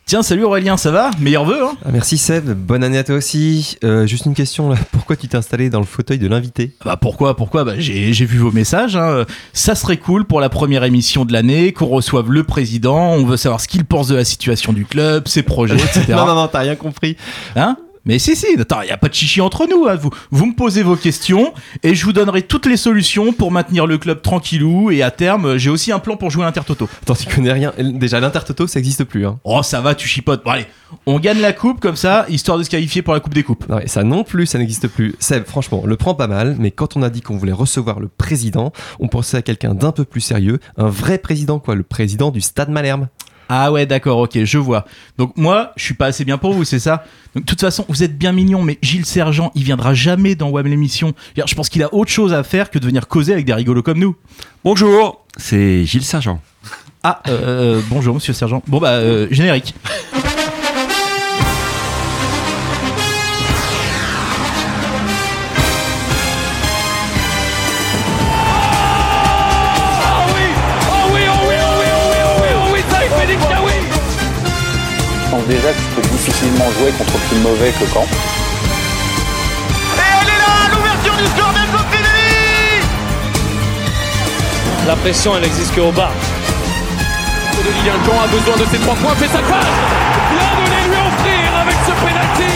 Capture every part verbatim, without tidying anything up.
Tiens, salut Aurélien, ça va ? Meilleurs vœux, hein ? Ah, merci Seb, bonne année à toi aussi. Euh, juste une question là, pourquoi tu t'es installé dans le fauteuil de l'invité ? Bah pourquoi, pourquoi ? Bah j'ai, j'ai vu vos messages, hein. Ça serait cool pour la première émission de l'année, qu'on reçoive le président, on veut savoir ce qu'il pense de la situation du club, ses projets, et cetera. non, non, non, t'as rien compris. Hein ? Mais si, si, attends, il n'y a pas de chichi entre nous. Hein. Vous, vous me posez vos questions et je vous donnerai toutes les solutions pour maintenir le club tranquillou. Et à terme, j'ai aussi un plan pour jouer à l'Intertoto. Attends, tu connais rien. Déjà, l'Intertoto, ça n'existe plus. Hein. Oh, ça va, tu chipotes. Bon, allez, on gagne la coupe comme ça, histoire de se qualifier pour la Coupe des Coupes. Non, ça non plus, ça n'existe plus. Seb, franchement, on le prend pas mal, mais quand on a dit qu'on voulait recevoir le président, on pensait à quelqu'un d'un peu plus sérieux. Un vrai président, quoi. Le président du Stade Malherbe. Ah ouais, d'accord, ok, je vois. Donc moi, je suis pas assez bien pour vous, c'est ça ? Donc de toute façon, vous êtes bien mignons, mais Gilles Sergent, il viendra jamais dans W A M l'émission. Je pense qu'il a autre chose à faire que de venir causer avec des rigolos comme nous. Bonjour, c'est Gilles Sergent. Ah, euh, bonjour Monsieur Sergent. Bon bah, euh, générique. Je pense déjà que je peux difficilement jouer contre plus mauvais que Caen. Et elle est là, l'ouverture du score d'Enzo Fedeli. La pression, elle n'existe qu'au bas. De Ligue un, Caen a besoin de ses trois points, fait sa passe. Bien de les lui offrir avec ce penalty.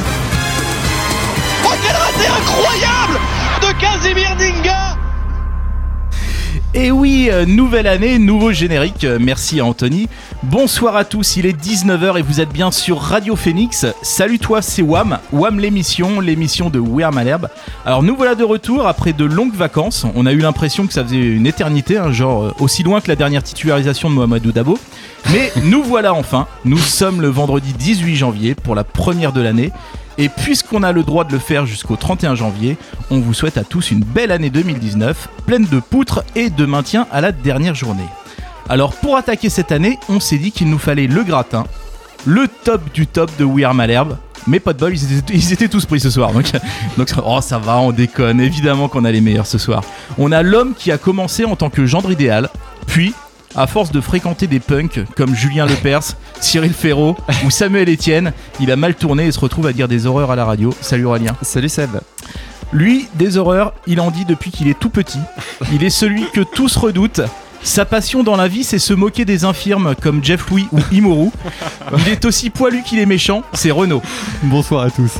Oh, quel raté incroyable de Casimir Dinga. Et oui, euh, nouvelle année, nouveau générique, euh, merci à Anthony. Bonsoir à tous, il est dix-neuf heures et vous êtes bien sur Radio Phoenix. Salut toi, c'est W A M, W A M l'émission, l'émission de We Are Malherbe. Alors nous voilà de retour après de longues vacances. On a eu l'impression que ça faisait une éternité, hein, genre euh, aussi loin que la dernière titularisation de Mohamedou Dabo. Mais nous voilà enfin, nous sommes le vendredi dix-huit janvier pour la première de l'année. Et puisqu'on a le droit de le faire jusqu'au trente et un janvier, on vous souhaite à tous une belle année deux mille dix-neuf, pleine de poutres et de maintien à la dernière journée. Alors pour attaquer cette année, on s'est dit qu'il nous fallait le gratin, le top du top de We Are Malherbe. Mais pas de bol, ils étaient, ils étaient tous pris ce soir. Donc, donc oh ça va, on déconne, évidemment qu'on a les meilleurs ce soir. On a l'homme qui a commencé en tant que gendre idéal, puis... à force de fréquenter des punks comme Julien Lepers, Cyril Ferraud ou Samuel Etienne, il a mal tourné et se retrouve à dire des horreurs à la radio. Salut Aurélien. Salut Seb. Lui, des horreurs, il en dit depuis qu'il est tout petit. Il est celui que tous redoutent. Sa passion dans la vie, c'est se moquer des infirmes comme Jeff Louis ou Imoru. Il est aussi poilu qu'il est méchant, c'est Renaud. Bonsoir à tous.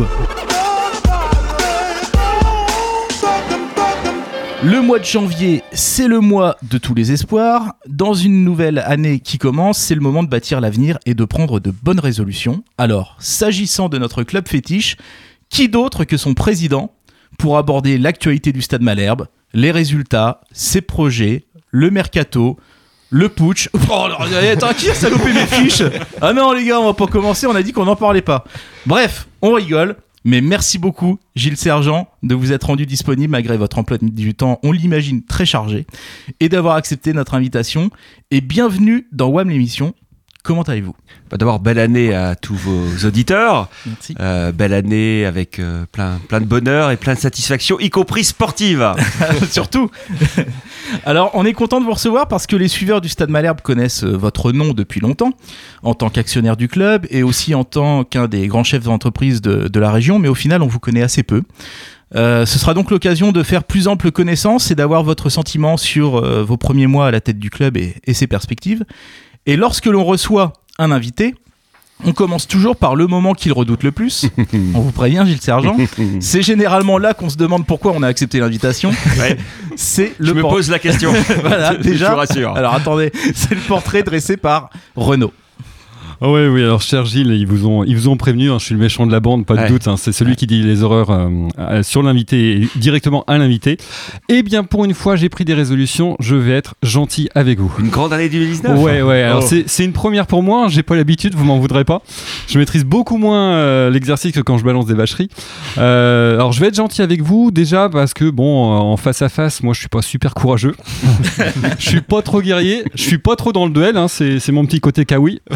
Le mois de janvier, c'est le mois de tous les espoirs. Dans une nouvelle année qui commence, c'est le moment de bâtir l'avenir et de prendre de bonnes résolutions. Alors, s'agissant de notre club fétiche, qui d'autre que son président pour aborder l'actualité du Stade Malherbe, les résultats, ses projets, le mercato, le putsch... Oh, attends, qui a salopé mes fiches ? Ah non les gars, on va pas commencer, on a dit qu'on n'en parlait pas. Bref, on rigole. Mais merci beaucoup, Gilles Sergent, de vous être rendu disponible malgré votre emploi du temps, on l'imagine, très chargé, et d'avoir accepté notre invitation. Et bienvenue dans W A M l'émission. Comment allez-vous ? Bah d'abord, belle année à tous vos auditeurs. Merci. Euh, belle année avec euh, plein, plein de bonheur et plein de satisfaction, y compris sportive. Surtout. Alors, on est content de vous recevoir parce que les suiveurs du Stade Malherbe connaissent votre nom depuis longtemps, en tant qu'actionnaire du club et aussi en tant qu'un des grands chefs d'entreprise de, de la région, mais au final, on vous connaît assez peu. Euh, ce sera donc l'occasion de faire plus ample connaissance et d'avoir votre sentiment sur euh, vos premiers mois à la tête du club et, et ses perspectives. Et lorsque l'on reçoit un invité, on commence toujours par le moment qu'il redoute le plus. On vous prévient, Gilles Sergent. C'est généralement là qu'on se demande pourquoi on a accepté l'invitation. Ouais. C'est le Je me por- pose la question. Voilà, déjà. Je vous rassure. Alors attendez, c'est le portrait dressé par Renaud. Ah ouais, oui, alors cher Gilles, ils vous ont, ils vous ont prévenu, hein, je suis le méchant de la bande, pas de ouais. doute, hein, c'est celui ouais. qui dit les horreurs euh, euh, sur l'invité et directement à l'invité. Eh bien, pour une fois, j'ai pris des résolutions, je vais être gentil avec vous. Une grande année deux mille dix-neuf. Ouais, ouais, alors oh. c'est, c'est une première pour moi, j'ai pas l'habitude, vous m'en voudrez pas. Je maîtrise beaucoup moins euh, l'exercice que quand je balance des vacheries. Euh, alors, je vais être gentil avec vous, déjà parce que, bon, euh, en face à face, moi, je suis pas super courageux. Je suis pas trop guerrier, je suis pas trop dans le duel, hein, c'est, c'est mon petit côté kawaii.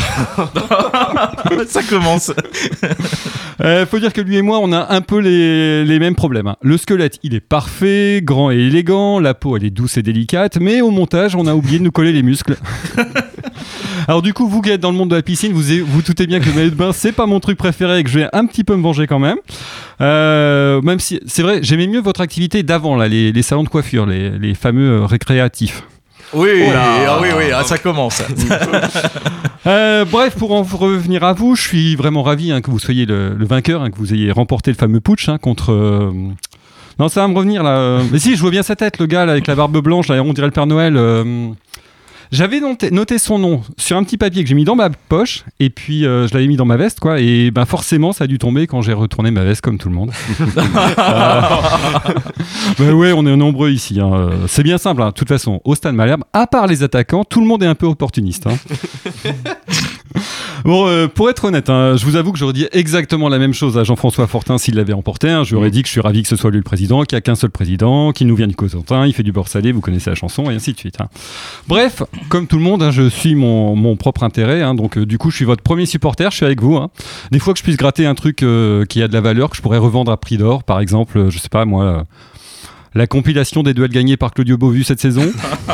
Ça commence. Euh, faut dire que lui et moi, on a un peu les, les mêmes problèmes. Hein. Le squelette, il est parfait, grand et élégant, la peau, elle est douce et délicate, mais au montage, on a oublié de nous coller les muscles. Alors du coup, vous qui êtes dans le monde de la piscine, vous vous doutez bien que le maillot de bain, c'est pas mon truc préféré et que je vais un petit peu me venger quand même. Euh, même si, c'est vrai, j'aimais mieux votre activité d'avant, là, les, les salons de coiffure, les, les fameux euh, récréatifs. Oui, ah oui, oui, ah, ça commence. euh, bref, pour en revenir à vous, je suis vraiment ravi hein, que vous soyez le, le vainqueur, hein, que vous ayez remporté le fameux putsch hein, contre... Euh... Non, ça va me revenir là. Mais si, je vois bien sa tête, le gars là, avec la barbe blanche, là, on dirait le Père Noël. Euh... J'avais noté, noté son nom sur un petit papier que j'ai mis dans ma poche et puis euh, je l'avais mis dans ma veste quoi et ben forcément ça a dû tomber quand j'ai retourné ma veste comme tout le monde. euh... ben ouais, on est nombreux ici. Hein. C'est bien simple. Hein. De toute façon, au Stade Malherbe, à part les attaquants, tout le monde est un peu opportuniste. Hein. Bon, euh, pour être honnête, hein, je vous avoue que j'aurais dit exactement la même chose à Jean-François Fortin s'il l'avait emporté. Hein. Je lui aurais dit que je suis ravi que ce soit lui le président, qu'il n'y a qu'un seul président, qu'il nous vient du Cotentin, il fait du beurre salé, vous connaissez la chanson, et ainsi de suite. Hein. Bref, comme tout le monde, hein, je suis mon, mon propre intérêt. Hein, donc, euh, du coup, je suis votre premier supporter, je suis avec vous. Hein. Des fois que je puisse gratter un truc euh, qui a de la valeur, que je pourrais revendre à prix d'or, par exemple, euh, je sais pas, moi... Euh, la compilation des duels gagnés par Claudio Beauvu cette saison,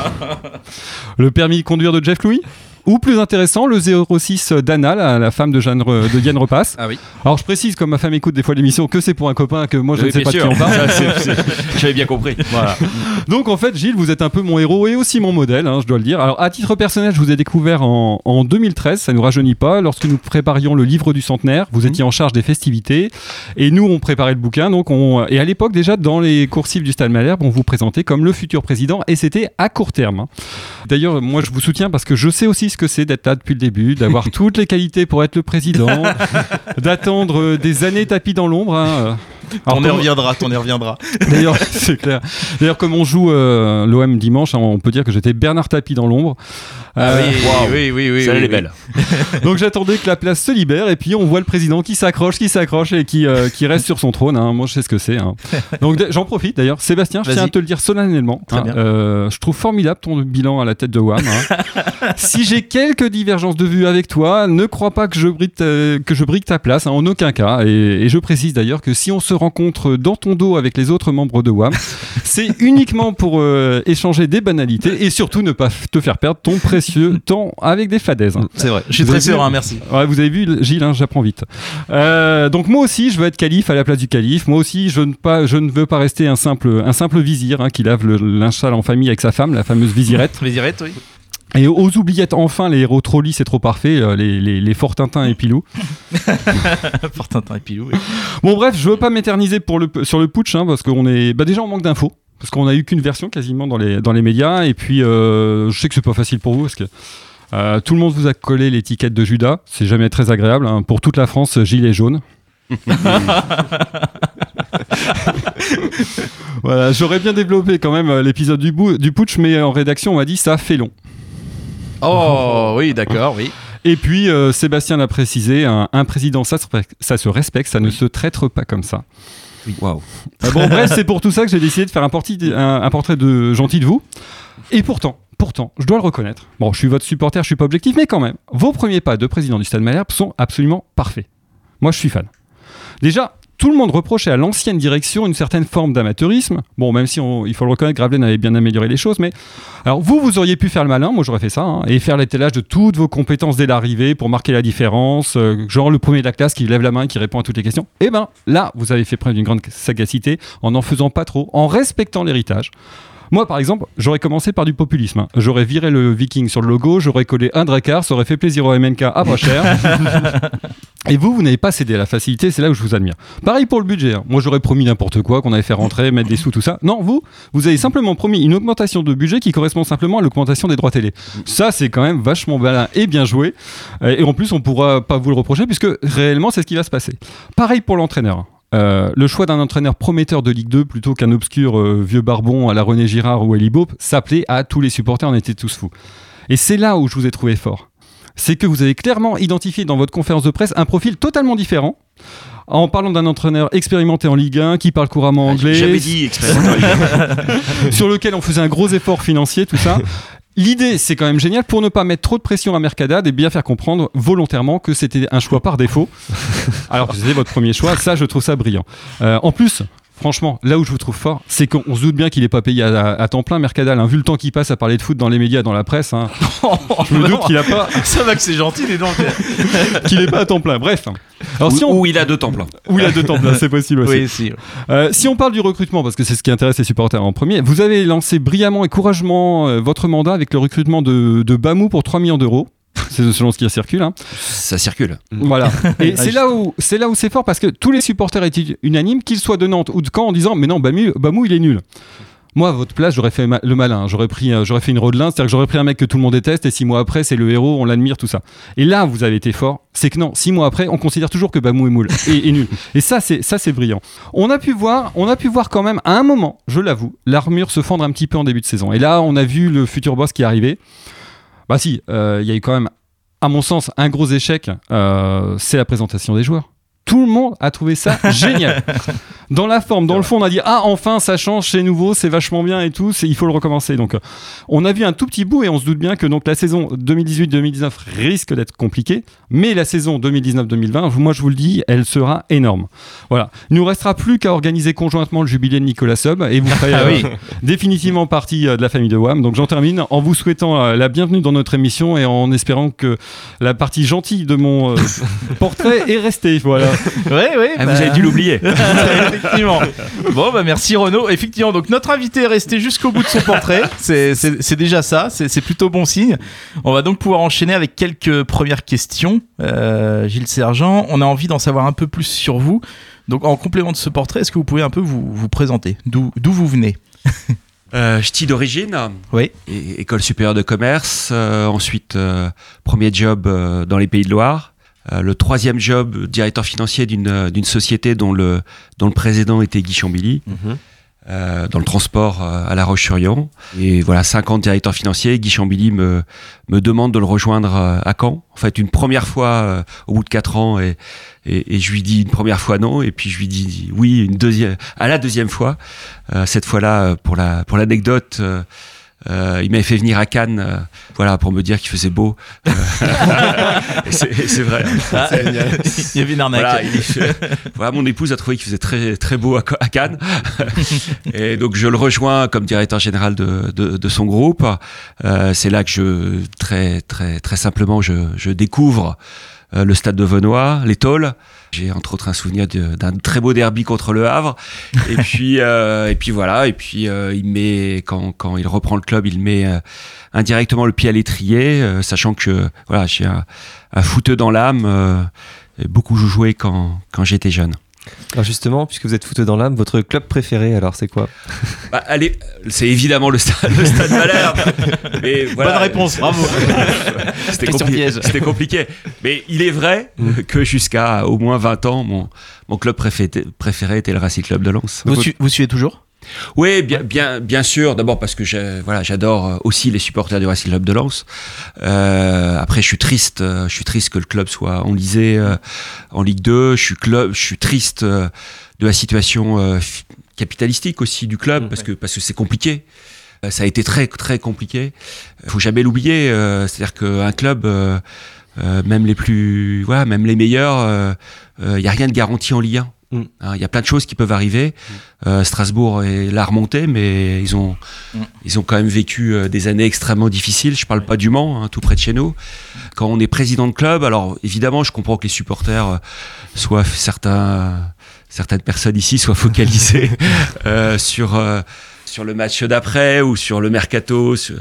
le permis de conduire de Jeff Louis, ou plus intéressant, le zéro six d'Anna, la, la femme de, Jeanne, de Yann Repasse. Ah oui. Alors je précise, comme ma femme écoute des fois l'émission, que c'est pour un copain, que moi je oui, ne sais pas sûr. de qui on parle. c'est, c'est... J'avais bien compris. Voilà. Donc en fait, Gilles, vous êtes un peu mon héros et aussi mon modèle, hein, je dois le dire. Alors à titre personnel, je vous ai découvert en, en deux mille treize, ça ne nous rajeunit pas, lorsque nous préparions le livre du centenaire, vous étiez en charge des festivités et nous on préparait le bouquin. Donc on... Et à l'époque déjà, dans les coursives du Stade Malherbe, on vous présentait comme le futur président et c'était à court terme. Hein. D'ailleurs, moi je vous soutiens parce que je sais aussi ce que c'est d'être là depuis le début, d'avoir toutes les qualités pour être le président, d'attendre des années tapis dans l'ombre. Hein. Alors, t'en y reviendra, t'en y reviendra. D'ailleurs, c'est clair. D'ailleurs, comme on joue euh, l'O M dimanche, hein, on peut dire que j'étais Bernard Tapie dans l'ombre. Euh, oui, wow. oui, oui, oui. Ça, oui, elle est oui. belle. Donc j'attendais que la place se libère et puis on voit le président qui s'accroche, qui s'accroche et qui, euh, qui reste sur son trône. Hein. Moi, je sais ce que c'est. Hein. Donc d- j'en profite d'ailleurs. Sébastien, je Vas-y. tiens à te le dire solennellement. Très Hein. bien. Euh, je trouve formidable ton bilan à la tête de W A M. Hein. Si j'ai quelques divergences de vues avec toi, ne crois pas que je brigue ta, que je brigue ta place, hein, en aucun cas. Et, et je précise d'ailleurs que si on se rencontre dans ton dos avec les autres membres de W A M, c'est uniquement pour euh, échanger des banalités et surtout ne pas f- te faire perdre ton précieux temps avec des fadaises. Hein. C'est vrai, je suis Vous très avez vu serein, merci. Ouais, vous avez vu, Gilles, hein, j'apprends vite. Euh, donc moi aussi, je veux être calife à la place du calife. Moi aussi, je ne, pas, je ne veux pas rester un simple, un simple vizir hein, qui lave le linge sale en famille avec sa femme, la fameuse vizirette. Vizirette, oui. Et aux oubliettes, enfin, les héros trop lisses et trop parfaits, euh, les, les, les Fortintins et Pilou. Fortintin et Pilou, oui. Bon bref, je veux pas m'éterniser pour le, sur le putsch, hein, parce qu'on est... Bah, déjà, on manque d'infos. Parce qu'on a eu qu'une version quasiment dans les, dans les médias. Et puis, euh, je sais que c'est pas facile pour vous, parce que euh, tout le monde vous a collé l'étiquette de Judas. C'est jamais très agréable. Hein. Pour toute la France, gilet jaune. Voilà, j'aurais bien développé quand même l'épisode du, bout, du putsch, mais en rédaction, on m'a dit ça fait long. Oh, oui, d'accord, oui. Et puis, euh, Sébastien l'a précisé, un, un président, ça se, ça se respecte, ça ne se traite pas comme ça. Waouh. Euh, bon, bref, c'est pour tout ça que j'ai décidé de faire un, porti- un, un portrait de gentil de vous. Et pourtant, pourtant, je dois le reconnaître. Bon, je suis votre supporter, je suis pas objectif, mais quand même, vos premiers pas de président du Stade Malherbe sont absolument parfaits. Moi, je suis fan. Déjà, tout le monde reprochait à l'ancienne direction une certaine forme d'amateurisme. Bon, même si on, il faut le reconnaître, Gravelaine avait bien amélioré les choses, mais alors vous, vous auriez pu faire le malin, moi j'aurais fait ça, hein, et faire l'étalage de toutes vos compétences dès l'arrivée pour marquer la différence, euh, genre le premier de la classe qui lève la main, qui répond à toutes les questions. Et ben là, vous avez fait preuve d'une grande sagacité en n'en faisant pas trop, en respectant l'héritage. Moi, par exemple, j'aurais commencé par du populisme. Hein. J'aurais viré le viking sur le logo, j'aurais collé un Drakkar, ça aurait fait plaisir au M N K à pas cher. Et vous, vous n'avez pas cédé à la facilité, c'est là où je vous admire. Pareil pour le budget. Hein. Moi, j'aurais promis n'importe quoi, qu'on allait faire rentrer, mettre des sous, tout ça. Non, vous, vous avez simplement promis une augmentation de budget qui correspond simplement à l'augmentation des droits télé. Ça, c'est quand même vachement malin et bien joué. Et en plus, on pourra pas vous le reprocher puisque réellement, c'est ce qui va se passer. Pareil pour l'entraîneur. Euh, le choix d'un entraîneur prometteur de Ligue deux plutôt qu'un obscur euh, vieux barbon à la René Girard ou Elie Bope s'appelait à tous les supporters, on était tous fous. Et c'est là où je vous ai trouvé fort. C'est que vous avez clairement identifié dans votre conférence de presse un profil totalement différent, en parlant d'un entraîneur expérimenté en Ligue un, qui parle couramment anglais, J'ai jamais dit expérimenté en Ligue un. sur lequel on faisait un gros effort financier, tout ça. L'idée, c'est quand même génial pour ne pas mettre trop de pression à Mercadal et bien faire comprendre volontairement que c'était un choix par défaut. Alors que c'était votre premier choix, ça, je trouve ça brillant. Euh, en plus, franchement, là où je vous trouve fort, c'est qu'on se doute bien qu'il n'est pas payé à, à, à temps plein, Mercadal. Hein, vu le temps qu'il passe à parler de foot dans les médias, dans la presse, hein, je me doute qu'il a pas. Ça va que c'est gentil, les donc. qu'il n'est pas à temps plein. Bref. Alors, Ou, si on... ou il a deux temps pleins. Ou il a deux temps pleins, c'est possible aussi. Oui, si. Euh, si on parle du recrutement, parce que c'est ce qui intéresse les supporters en premier, vous avez lancé brillamment et courageusement euh, votre mandat avec le recrutement de, de Bamou pour trois millions d'euros. C'est selon ce qui circule. Hein. Ça circule. Voilà. Et c'est là où c'est là où c'est fort parce que tous les supporters étaient unanimes, qu'ils soient de Nantes ou de Caen, en disant mais non, Bamou, Bamou il est nul. Moi, à votre place, j'aurais fait ma- le malin. J'aurais pris, euh, j'aurais fait une Rodelin, c'est-à-dire que j'aurais pris un mec que tout le monde déteste et six mois après, c'est le héros, on l'admire, tout ça. Et là, vous avez été fort. C'est que non, six mois après, on considère toujours que Bamou est moule et, et nul. Et ça, c'est ça, c'est brillant. On a pu voir, on a pu voir quand même à un moment, je l'avoue, l'armure se fendre un petit peu en début de saison. Et là, on a vu le futur boss qui arrivait. Bah si, il euh, y a eu quand même, à mon sens, un gros échec. Euh, c'est la présentation des joueurs. Tout le monde a trouvé ça génial. Dans la forme, dans le fond, on a dit ah enfin ça change, c'est nouveau, c'est vachement bien et tout, c'est, il faut le recommencer. Donc, euh, on a vu un tout petit bout et on se doute bien que donc la saison deux mille dix-huit deux mille dix-neuf risque d'être compliquée, mais la saison deux mille dix-neuf deux mille vingt, moi je vous le dis, elle sera énorme. Voilà, il nous restera plus qu'à organiser conjointement le jubilé de Nicolas Sub et vous ferez euh, oui. définitivement partie euh, de la famille de W A M. Donc j'en termine en vous souhaitant euh, la bienvenue dans notre émission et en espérant que la partie gentille de mon euh, portrait est restée. Voilà. Oui, oui. Ah, bah... Vous avez dû l'oublier. Effectivement. Bon, bah merci Renaud. Effectivement, donc notre invité est resté jusqu'au bout de son portrait. C'est, c'est, c'est déjà ça. C'est, c'est plutôt bon signe. On va donc pouvoir enchaîner avec quelques premières questions. Euh, Gilles Sergent, on a envie d'en savoir un peu plus sur vous. Donc, en complément de ce portrait, est-ce que vous pouvez un peu vous, vous présenter ? D'où, d'où vous venez ? Euh, ch'ti d'origine, oui. é- école supérieure de commerce, euh, ensuite euh, premier job euh, dans les Pays de Loire. Euh, le troisième job, directeur financier d'une, d'une société dont le, dont le président était Guy Chambilly, mm-hmm. euh, dans le transport euh, à La Roche-sur-Yon. Et voilà, cinq ans de directeur financier, Guy Chambilly me, me demande de le rejoindre euh, à Caen. En fait, une première fois euh, au bout de quatre ans, et, et, et je lui dis une première fois non, et puis je lui dis oui une deuxième, à la deuxième fois. Euh, cette fois-là, pour, la, pour l'anecdote... Euh, Euh, il m'avait fait venir à Cannes, euh, voilà, pour me dire qu'il faisait beau. Euh, et c'est, et c'est vrai. Ah, il y avait une arnaque. Voilà, il, voilà, mon épouse a trouvé qu'il faisait très très beau à, à Cannes, et donc je le rejoins comme directeur général de de, de son groupe. Euh, c'est là que je très très très simplement je je découvre euh, le stade de Venoy, les tôles. J'ai entre autres un souvenir de, d'un très beau derby contre le Havre. Et puis, euh, et puis voilà. Et puis euh, il met quand quand il reprend le club, il met euh, indirectement le pied à l'étrier, euh, sachant que voilà, j'ai un, un footeux dans l'âme. Euh, et beaucoup joué quand quand j'étais jeune. Alors justement, puisque vous êtes footeux dans l'âme, votre club préféré, alors c'est quoi ? Bah, allez, c'est évidemment le stade, le stade Malherbe. Mais voilà, bonne réponse, bravo. C'était, compli- c'était compliqué. Mais il est vrai que jusqu'à au moins vingt ans, mon, mon club préféré, préféré était le Racing Club de Lens. Vous, su- vous suivez toujours ? Oui, bien, bien, bien sûr. D'abord parce que j'ai, voilà, j'adore aussi les supporters du Racing Club de Lens. Euh, après, je suis triste. Je suis triste que le club soit enlisé euh, en Ligue deux. Je suis club, je suis triste euh, de la situation euh, capitalistique aussi du club, mmh, parce que parce que c'est compliqué. Euh, ça a été très très compliqué. Faut jamais l'oublier. Euh, c'est-à-dire qu'un club, euh, euh, même les plus, voilà, même les meilleurs, il euh, euh, y a rien de garanti en Ligue un. Il hein, y a plein de choses qui peuvent arriver. Mm. Euh, Strasbourg est la remontée, mais ils ont, mm. ils ont quand même vécu euh, des années extrêmement difficiles. Je parle pas du Mans, hein, tout près de chez nous. Quand on est président de club, alors évidemment, je comprends que les supporters, euh, soient certains, certaines personnes ici, soient focalisées euh, sur. Euh, sur le match d'après ou sur le mercato, sur...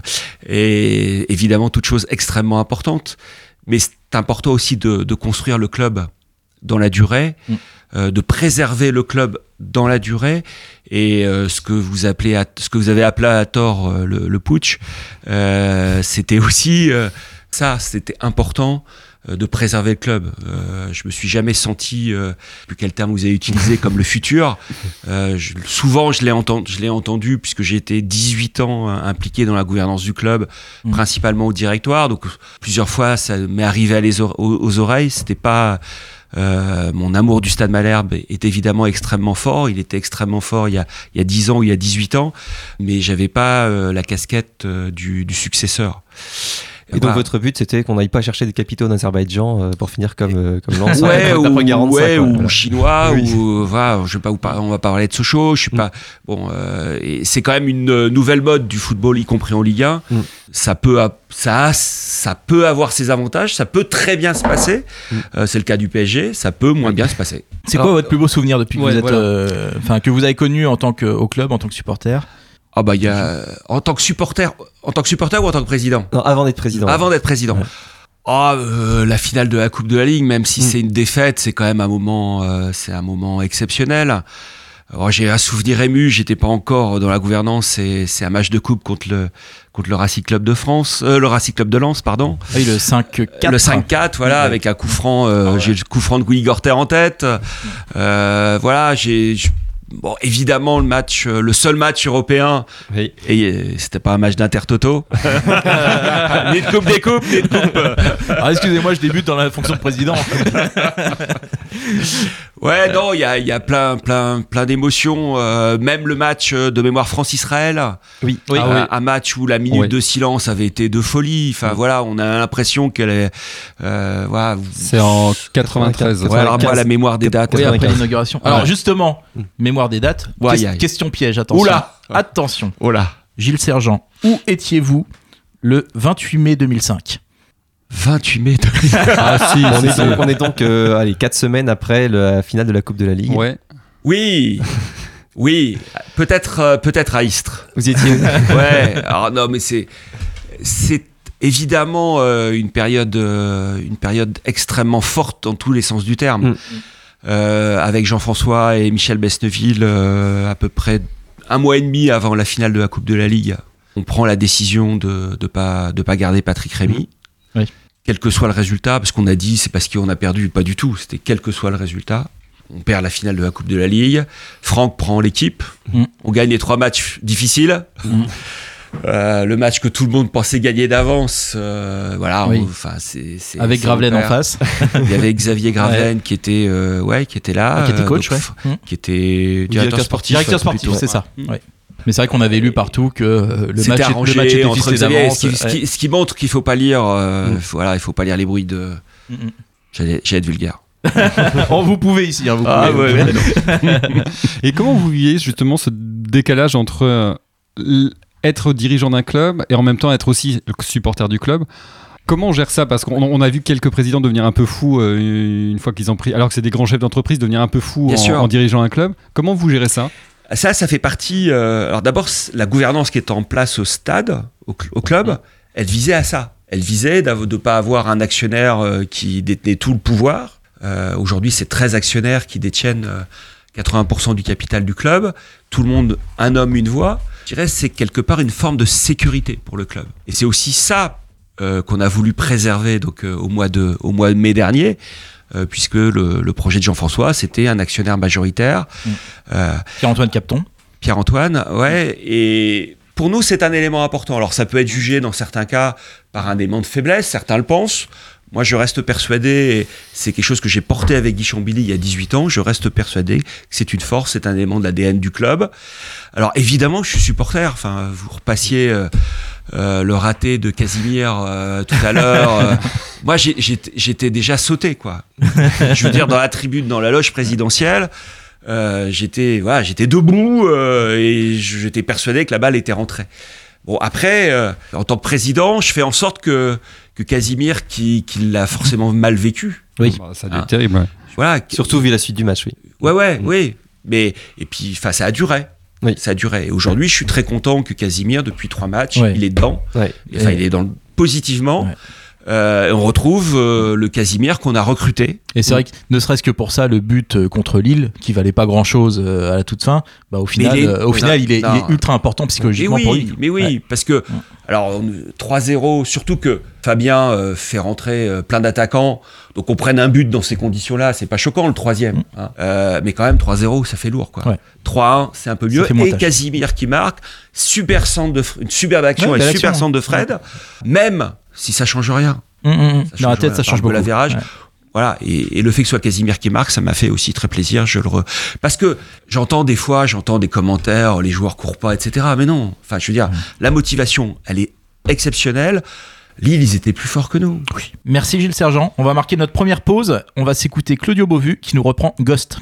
et évidemment toute chose extrêmement importante. Mais c'est important aussi de, de construire le club dans la durée, mm. euh, de préserver le club dans la durée, et euh, ce que vous appelez, à, ce que vous avez appelé à tort euh, le, le putsch, euh, c'était aussi euh, ça, c'était important. De préserver le club. Euh, je me suis jamais senti, euh, plus quel terme vous avez utilisé, comme le futur. Euh, je, souvent, je l'ai, entendu, je l'ai entendu puisque j'ai été dix-huit ans impliqué dans la gouvernance du club, mmh. principalement au directoire. Donc, plusieurs fois, ça m'est arrivé à les or- aux, aux oreilles. C'était pas Euh, mon amour du Stade Malherbe est évidemment extrêmement fort. Il était extrêmement fort il y a, il y a dix ans ou il y a dix-huit ans, mais j'avais pas euh, la casquette euh, du, du successeur. Et donc, voilà. Votre but, c'était qu'on n'aille pas chercher des capitaux en Azerbaïdjan euh, pour finir comme, euh, comme Lens. Ouais, ou, ouais, ça, ou voilà. chinois, oui. ou voilà, je vais pas vous par... on va pas parler de Sochaux. Je suis mm. pas bon. Euh, et c'est quand même une nouvelle mode du football, y compris en Ligue un. Mm. Ça peut, ça, ça peut avoir ses avantages. Ça peut très bien se passer. Mm. Euh, c'est le cas du P S G. Ça peut moins bien se passer. C'est quoi votre plus beau souvenir depuis que ouais, vous êtes, voilà. euh, enfin que vous avez connu en tant que au club, en tant que supporter? Ah bah il y a en tant que supporter, en tant que supporter ou en tant que président? Non, avant d'être président. Avant d'être président. Ouais. Ah, euh, la finale de la Coupe de la Ligue, même si mm. c'est une défaite, c'est quand même un moment, euh, c'est un moment exceptionnel. Alors, j'ai un souvenir ému. J'étais pas encore dans la gouvernance. C'est, c'est un match de coupe contre le contre le Racing Club de France, euh, le Racing Club de Lens, pardon. Oui, le cinq quatre. Le cinq quatre, voilà, ouais. Avec un coup franc. Euh, ah ouais. J'ai le coup franc de Willy Gorter en tête. Euh, voilà, j'ai. Bon, évidemment, le match, le seul match européen, oui. Et c'était pas un match d'Intertoto, ni de Coupe des Coupes, ni de Coupe. Ah, excusez-moi, je débute dans la fonction de président. Ouais, non, il y a, y a plein, plein, plein d'émotions. Euh, même le match de mémoire France-Israël. Oui, oui. Un, Ah, oui. un match où la minute oui. de silence avait été de folie. Enfin, oui. Voilà, on a l'impression qu'elle est. Euh, voilà. C'est en quatre-vingt-treize. Ouais, alors moi, la mémoire des dates. Oui, après l'inauguration. Alors, ouais. justement, mémoire des dates. Ouais, que- question piège, attention. Oula. Attention. Oula. Gilles Sergent, où étiez-vous le vingt-huit mai deux mille cinq? vingt-huit mai deux mille cinq. Ah si, on est donc, on est donc euh, allez, quatre semaines après la finale de la Coupe de la Ligue. Ouais. Oui. Oui. Peut-être, euh, peut-être à Istres. Vous y étiez. Ouais. Alors non, mais c'est, c'est évidemment euh, une période, euh, une période extrêmement forte dans tous les sens du terme. Mm. Euh, avec Jean-François et Michel Besneville, euh, à peu près un mois et demi avant la finale de la Coupe de la Ligue, on prend la décision de de pas de pas garder Patrick Rémy. Mmh. Oui. Quel que soit le résultat, parce qu'on a dit c'est parce qu'on a perdu, pas du tout. C'était quel que soit le résultat. On perd la finale de la Coupe de la Ligue. Franck prend l'équipe. Mmh. On gagne les trois matchs difficiles. Mmh. Euh, le match que tout le monde pensait gagner d'avance, euh, voilà. Oui. Enfin, c'est, c'est avec c'est Gravelaine en face. Il y avait Xavier Gravelaine ouais. qui était, euh, ouais, qui était là, ah, qui était coach, euh, donc, ouais. qui était directeur sportif. Directeur sportif, plutôt. c'est ça. Ouais. Mais c'est vrai qu'on avait lu partout que euh, le, C'était match, arrangé le match était entre fixé Xavier, d'avance. ce, qui, ce, qui, ce qui montre qu'il faut pas lire, euh, mm. voilà, il faut pas lire les bruits de. Mm. J'allais, j'allais être vulgaire. Oh, vous pouvez ici, hein, vous ah, pouvez. Ouais, ouais. Et comment vous viviez justement ce décalage entre euh, être dirigeant d'un club et en même temps être aussi supporter du club? Comment on gère ça? Parce qu'on on a vu quelques présidents devenir un peu fous euh, une fois qu'ils ont pris, alors que c'est des grands chefs d'entreprise, devenir un peu fous en, en dirigeant un club. Comment vous gérez ça? Ça, ça fait partie. Euh, alors d'abord, la gouvernance qui est en place au stade, au, au club, mmh. elle visait à ça. Elle visait de ne pas avoir un actionnaire euh, qui détenait tout le pouvoir. Euh, aujourd'hui, c'est treize actionnaires qui détiennent euh, quatre-vingts pour cent du capital du club. Tout le monde, un homme, une voix. Je dirais, c'est quelque part une forme de sécurité pour le club. Et c'est aussi ça euh, qu'on a voulu préserver donc, euh, au, mois de, au mois de mai dernier, euh, puisque le, le projet de Jean-François, c'était un actionnaire majoritaire. Mmh. Euh, Pierre-Antoine Capton. Pierre-Antoine, ouais. Et pour nous, c'est un élément important. Alors, ça peut être jugé dans certains cas par un élément de faiblesse, certains le pensent. Moi, je reste persuadé, et c'est quelque chose que j'ai porté avec Guy Chambilly il y a dix-huit ans, je reste persuadé que c'est une force, c'est un élément de l'A D N du club. Alors, évidemment, je suis supporter. Enfin, vous repassiez euh, euh, le raté de Casimir euh, tout à l'heure. Euh, moi, j'ai, j'étais, j'étais déjà sauté, quoi. Je veux dire, dans la tribune, dans la loge présidentielle, euh, j'étais, voilà, j'étais debout euh, et j'étais persuadé que la balle était rentrée. Bon, après, euh, en tant que président, je fais en sorte que, que Casimir, qui, qui l'a forcément mal vécu. Oui, bah, ça a dû être terrible. Ouais. Voilà. Surtout vu la suite du match, oui. Ouais, ouais, mmh. oui. Mais, et puis, enfin, ça a duré. Oui. Ça a duré. Et aujourd'hui, je suis très content que Casimir, depuis trois matchs, ouais. il est dedans. Ouais. Enfin, et... il est dans le, positivement. Ouais. Euh, on retrouve euh, le Casimir qu'on a recruté. Et c'est mmh. vrai que ne serait-ce que pour ça, le but euh, contre Lille, qui valait pas grand-chose euh, à la toute fin, bah, au final, est, euh, au final il, est, il est ultra important psychologiquement oui, pour lui. Mais oui, ouais. parce que, alors, trois zéro, surtout que Fabien euh, fait rentrer euh, plein d'attaquants, donc on prenne un but dans ces conditions-là, c'est pas choquant le troisième, mmh. hein. euh, mais quand même trois zéro, ça fait lourd, quoi. Ouais. trois un, c'est un peu mieux. Et montage. Casimir qui marque, super centre de, une superbe action ouais, et super action, centre de Fred, ouais. même si ça change rien. Mmh, mmh. Ça change dans la tête, rien. Ça change beaucoup. L'avérage. Ouais. Voilà, et, et le fait que ce soit Casimir qui marque, ça m'a fait aussi très plaisir. Je le re... Parce que j'entends des fois, j'entends des commentaires, les joueurs courent pas, et cetera. Mais non, enfin, je veux dire, mmh. la motivation, elle est exceptionnelle. Lille, ils étaient plus forts que nous. Oui. Merci Gilles Sergent. On va marquer notre première pause. On va s'écouter Claudio Beauvu qui nous reprend Ghost.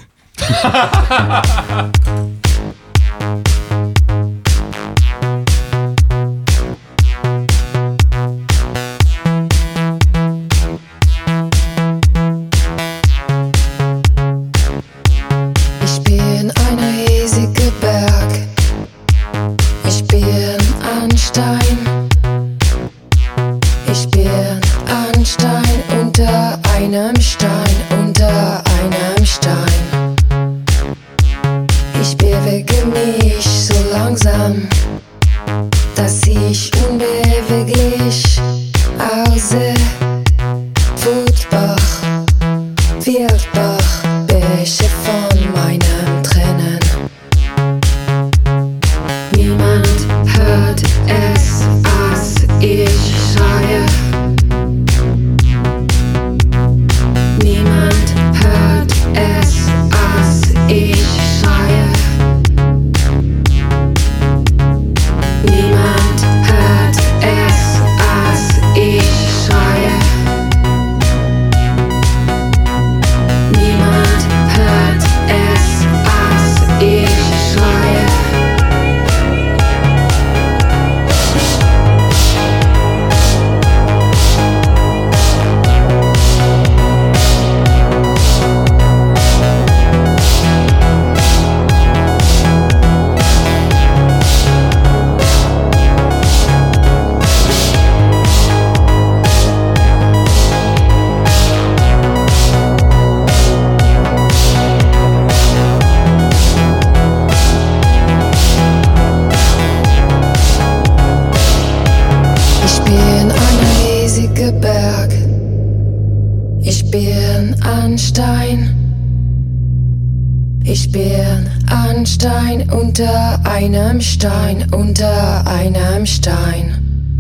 Unter einem Stein, unter einem Stein.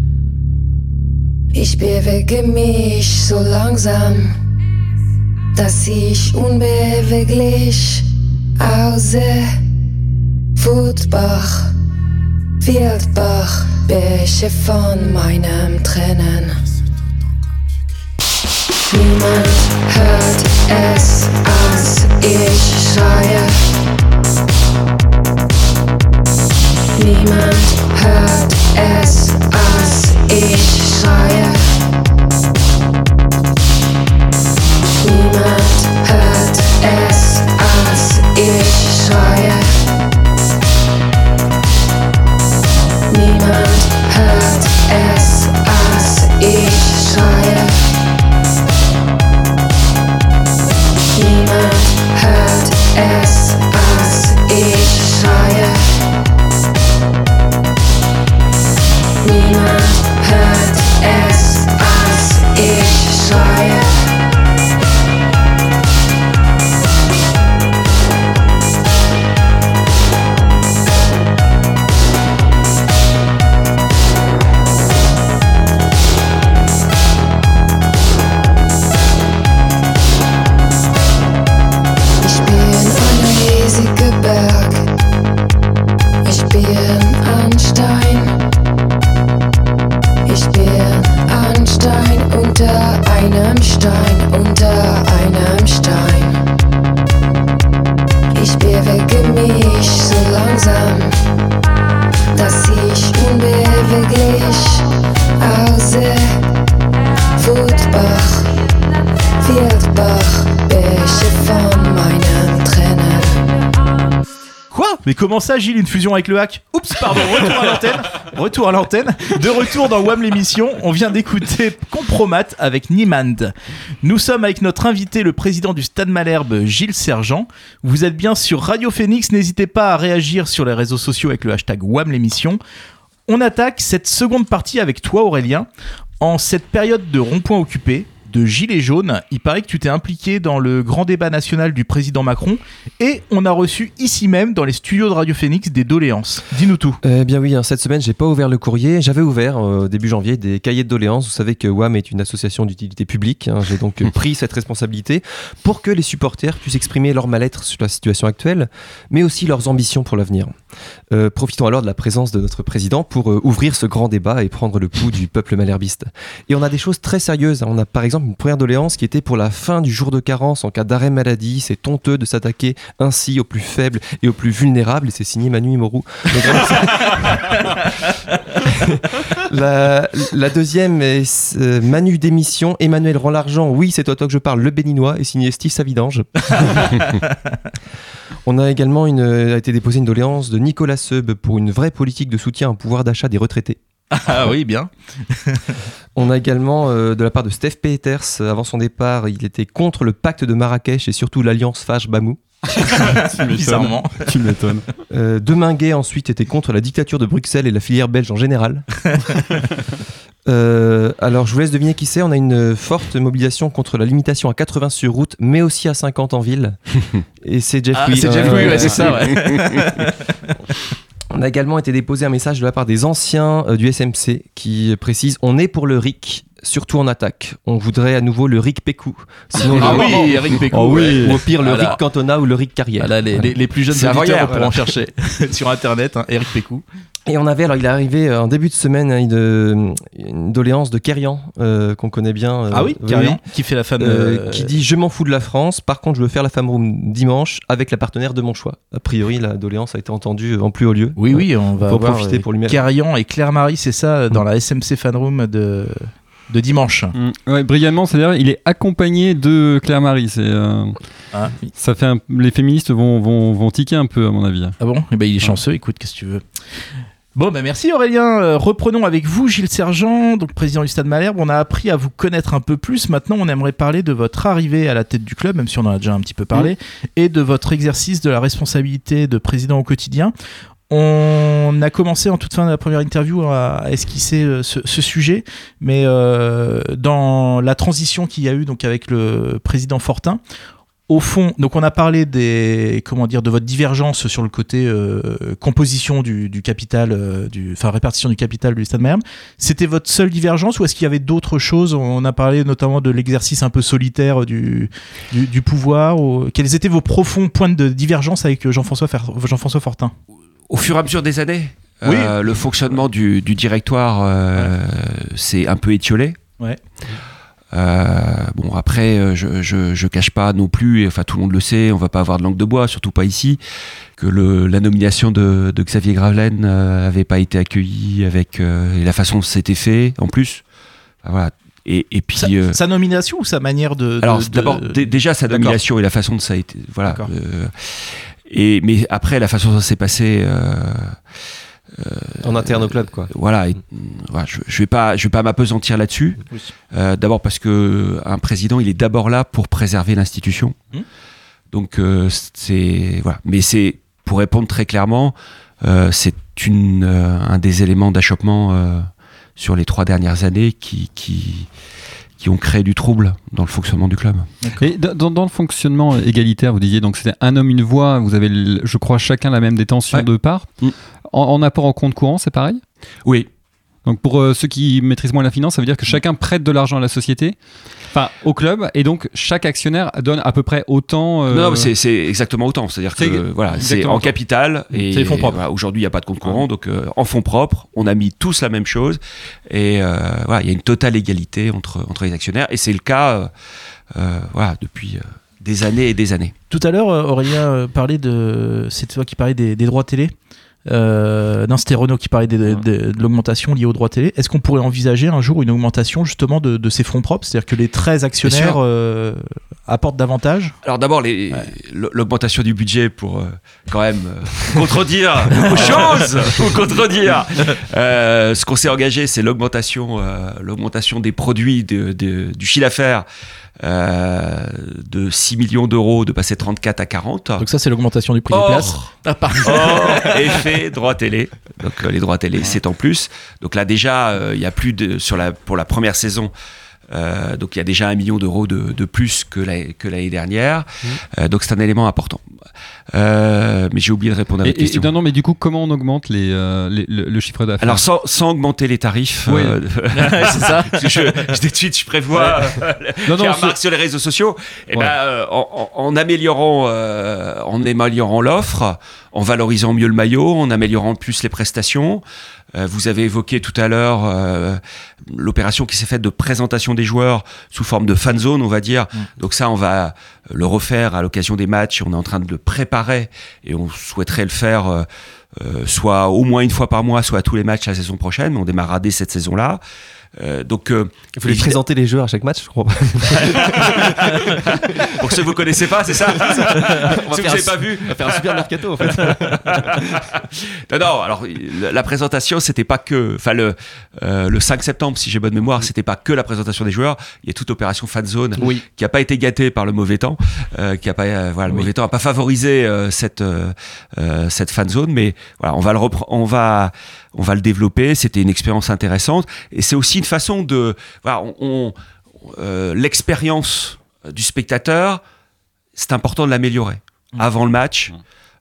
Ich bewege mich so langsam, dass ich unbeweglich aussehe. Wutbach, Wildbach, Bäche von meinem Tränen. Niemand hört es, als ich schreie. Niemand hört es, als ich schreie. Niemand hört es, als ich schreie. Niemand hört es, als ich schreie. Niemand hört es, als ich schreie. Niemand hört es, als ich schreie. Ich bin ein riesiger Berg. Ich bin ein Stein. Ich bin ein Stein unter einem Stein, unter einem Stein. Ich bewege mich so langsam, dass ich unbeweglich aussehe. Wutbach, Wildbach, Bäche von meinen Tränen. Quoi ? Mais comment ça, Gilles, une fusion avec le hack ? Oups, pardon, retour à l'antenne. Retour à l'antenne. De retour dans W A M l'émission, on vient d'écouter Compromat avec Niemand. Nous sommes avec notre invité, le président du Stade Malherbe, Gilles Sergent. Vous êtes bien sur Radio Phoenix, n'hésitez pas à réagir sur les réseaux sociaux avec le hashtag W A M l'émission. On attaque cette seconde partie avec toi, Aurélien. En cette période de rond-point occupé, de Gilets jaunes. Il paraît que tu t'es impliqué dans le grand débat national du président Macron et on a reçu ici même, dans les studios de Radio Phoenix, des doléances. Dis-nous tout. Eh bien oui, hein, cette semaine, j'ai pas ouvert le courrier. J'avais ouvert euh, début janvier des cahiers de doléances. Vous savez que W A M est une association d'utilité publique. Hein. J'ai donc euh, pris cette responsabilité pour que les supporters puissent exprimer leur mal-être sur la situation actuelle, mais aussi leurs ambitions pour l'avenir. Euh, profitons alors de la présence de notre président pour euh, ouvrir ce grand débat et prendre le pouls du peuple malherbiste. Et on a des choses très sérieuses. On a par exemple une première doléance qui était pour la fin du jour de carence en cas d'arrêt maladie. C'est honteux de s'attaquer ainsi aux plus faibles et aux plus vulnérables. Et c'est signé Manu Imourou. Donc, la, la deuxième est euh, Manu démission, Emmanuel rend l'argent. Oui, c'est toi, toi que je parle. Le béninois est signé Steve Savidange. On a également une, a été déposée une doléance de Nicolas Seub pour une vraie politique de soutien au pouvoir d'achat des retraités. Ah oui, bien. On a également euh, de la part de Steph Peters, avant son départ, il était contre le pacte de Marrakech et surtout l'alliance Fage-Bamou. Bizarrement. Tu m'étonnes. Euh, Deminguet ensuite était contre la dictature de Bruxelles et la filière belge en général. Euh, alors je vous laisse deviner qui c'est. On a une forte mobilisation contre la limitation à quatre-vingts sur route, mais aussi à cinquante en ville. Et c'est Jeff Ah, Louis. c'est Jeff Euh, Louis, ouais, c'est ça, ouais. On a également été déposé un message de la part des anciens euh, du S M C qui précise: on est pour le R I C, surtout en attaque. On voudrait à nouveau le R I C Pécou. Sinon, Ah le... oui, Eric Pécou. Oh oui. Ou au pire le Voilà. R I C Cantona ou le R I C Carrière. Voilà, les, les, les plus jeunes C'est auditeurs Savoyard, pourront voilà. chercher sur internet, hein, Eric Pécou. Et on avait, alors il est arrivé euh, en début de semaine, hein, une, une doléance de Kerian, euh, qu'on connaît bien. euh, Ah oui, Kerian, qui fait la femme. euh, euh, qui dit: je m'en fous de la France, par contre je veux faire la femme room dimanche avec la partenaire de mon choix. A priori la doléance a été entendue en plus haut lieu. Oui, oui, on va Faut voir, profiter euh, pour lui mettre. Carian et Claire-Marie, c'est ça, dans la S M C Fan Room de, de dimanche. Mm. Ouais, brillamment, c'est-à-dire il est accompagné de Claire Marie. C'est, euh, Ah, oui. ça fait un- les féministes vont, vont, vont tiquer un peu à mon avis. Ah bon? Eh ben, il est chanceux, écoute, qu'est-ce que tu veux. Bon, bah merci Aurélien. Euh, reprenons avec vous Gilles Sergent, donc président du Stade Malherbe. On a appris à vous connaître un peu plus. Maintenant, on aimerait parler de votre arrivée à la tête du club, même si on en a déjà un petit peu parlé, et de votre exercice de la responsabilité de président au quotidien. On a commencé en toute fin de la première interview à, à esquisser euh, ce, ce sujet, mais euh, dans la transition qu'il y a eu donc avec le président Fortin, au fond, donc on a parlé des, comment dire, de votre divergence sur le côté euh, composition du, du capital, euh, du, enfin répartition du capital du Stade Malherbe. C'était votre seule divergence ou est-ce qu'il y avait d'autres choses? On a parlé notamment de l'exercice un peu solitaire du, du, du pouvoir. Ou, quels étaient vos profonds points de divergence avec Jean-François, Fer- Jean-François Fortin? Au fur et à mesure des années, Oui. euh, le fonctionnement du, du directoire euh, s'est un peu étiolé. Ouais. Euh, bon, après, euh, je, je, je cache pas non plus, et, enfin tout le monde le sait, on va pas avoir de langue de bois, surtout pas ici, que le, la nomination de, de Xavier Gravelaine euh, avait pas été accueillie avec euh, et la façon dont c'était fait, en plus. Enfin, voilà. Et, et puis. Sa, euh, sa nomination ou sa manière de. de alors de- d'abord, d- déjà sa D'accord. nomination et la façon dont ça a été, voilà. D'accord. euh, et mais après la façon dont ça s'est passé. Euh, En interne au club, quoi. Voilà, et, voilà, je, je vais pas, je vais pas m'apesantir là-dessus. Oui. Euh, d'abord parce que un président, il est d'abord là pour préserver l'institution. Mmh. Donc euh, c'est voilà, mais c'est pour répondre très clairement, euh, c'est une euh, un des éléments d'achoppement euh, sur les trois dernières années qui qui qui ont créé du trouble dans le fonctionnement du club. Et d- dans, dans le fonctionnement égalitaire, vous disiez donc c'était un homme, une voix, vous avez, le- je crois, chacun la même détention Ouais. de part. Mm. En, en apport en compte courant, c'est pareil? Oui. Donc pour euh, ceux qui maîtrisent moins la finance, ça veut dire que chacun prête de l'argent à la société, enfin au club, et donc chaque actionnaire donne à peu près autant. euh, Non, mais c'est, c'est exactement autant. C'est-à-dire que C'est euh, voilà, c'est exactement en autant. capital et C'est les fonds propres. voilà, aujourd'hui il n'y a pas de compte courant, donc euh, en fonds propres, on a mis tous la même chose et euh, voilà, il y a une totale égalité entre entre les actionnaires et c'est le cas euh, euh, voilà depuis euh, des années et des années. Tout à l'heure, euh, Aurélien euh, parlait de. C'est toi qui parlais des, des droits télé. Euh, non, c'était Renaud qui parlait des- des- de, de l'augmentation liée aux droits télé. Est-ce qu'on pourrait envisager un jour une augmentation justement de, de ces fonds propres? C'est-à-dire que les treize actionnaires sûr. euh, apportent davantage? Alors d'abord les, l- l'augmentation du budget pour euh, quand même euh, contredire aux choses ou contredire euh, ce qu'on s'est engagé, c'est l'augmentation euh, l'augmentation des produits de, de- du chiffre d'affaires euh, de six millions d'euros, de passer trente-quatre à quarante. Donc ça, c'est l'augmentation du prix Or- des places. Ah, pardon. Hors effet droit télé. Donc euh, les droits télé, c'est en plus. Donc là déjà, il y a plus de sur la pour la première saison, Euh, donc il y a déjà un million d'euros de, de plus que, la, que l'année dernière. Mmh. Euh, donc c'est un élément important. Euh, mais j'ai oublié de répondre à votre et, question. Et, non, non, mais du coup, comment on augmente les, euh, les, le, le chiffre d'affaires? Alors sans, sans augmenter les tarifs. Oui. Euh, c'est ça. je, je, je, des tweets, je prévois euh, non, non, remarque sur les réseaux sociaux. Et ouais. ben, euh, en, en améliorant, euh, en améliorant l'offre, en valorisant mieux le maillot, en améliorant plus les prestations. Euh, vous avez évoqué tout à l'heure euh, l'opération qui s'est faite de présentation des joueurs sous forme de fan zone, on va dire. Mmh. Donc ça, on va le refaire à l'occasion des matchs. On est en train de le préparer et on souhaiterait le faire euh, euh, soit au moins une fois par mois, soit à tous les matchs la saison prochaine. Mais on démarrera dès cette saison-là. Euh, donc, euh, il faut les présenter les joueurs à chaque match, je crois. Pour ceux que vous connaissez pas, c'est ça. On ceux que vous n'avez pas vu. On va faire un super mercato en fait. non, non. Alors la présentation, c'était pas que, enfin le euh, le cinq septembre, si j'ai bonne mémoire, c'était pas que la présentation des joueurs. Il y a toute l'opération fan zone oui. qui a pas été gâtée par le mauvais temps, euh, qui a pas, euh, voilà, le oui. mauvais temps a pas favorisé euh, cette euh, euh, cette fan zone, mais voilà, on va le reprendre, on va on va le développer. C'était une expérience intéressante et c'est aussi une façon de, voilà, on, on euh, l'expérience du spectateur, c'est important de l'améliorer mmh. avant le match, mmh.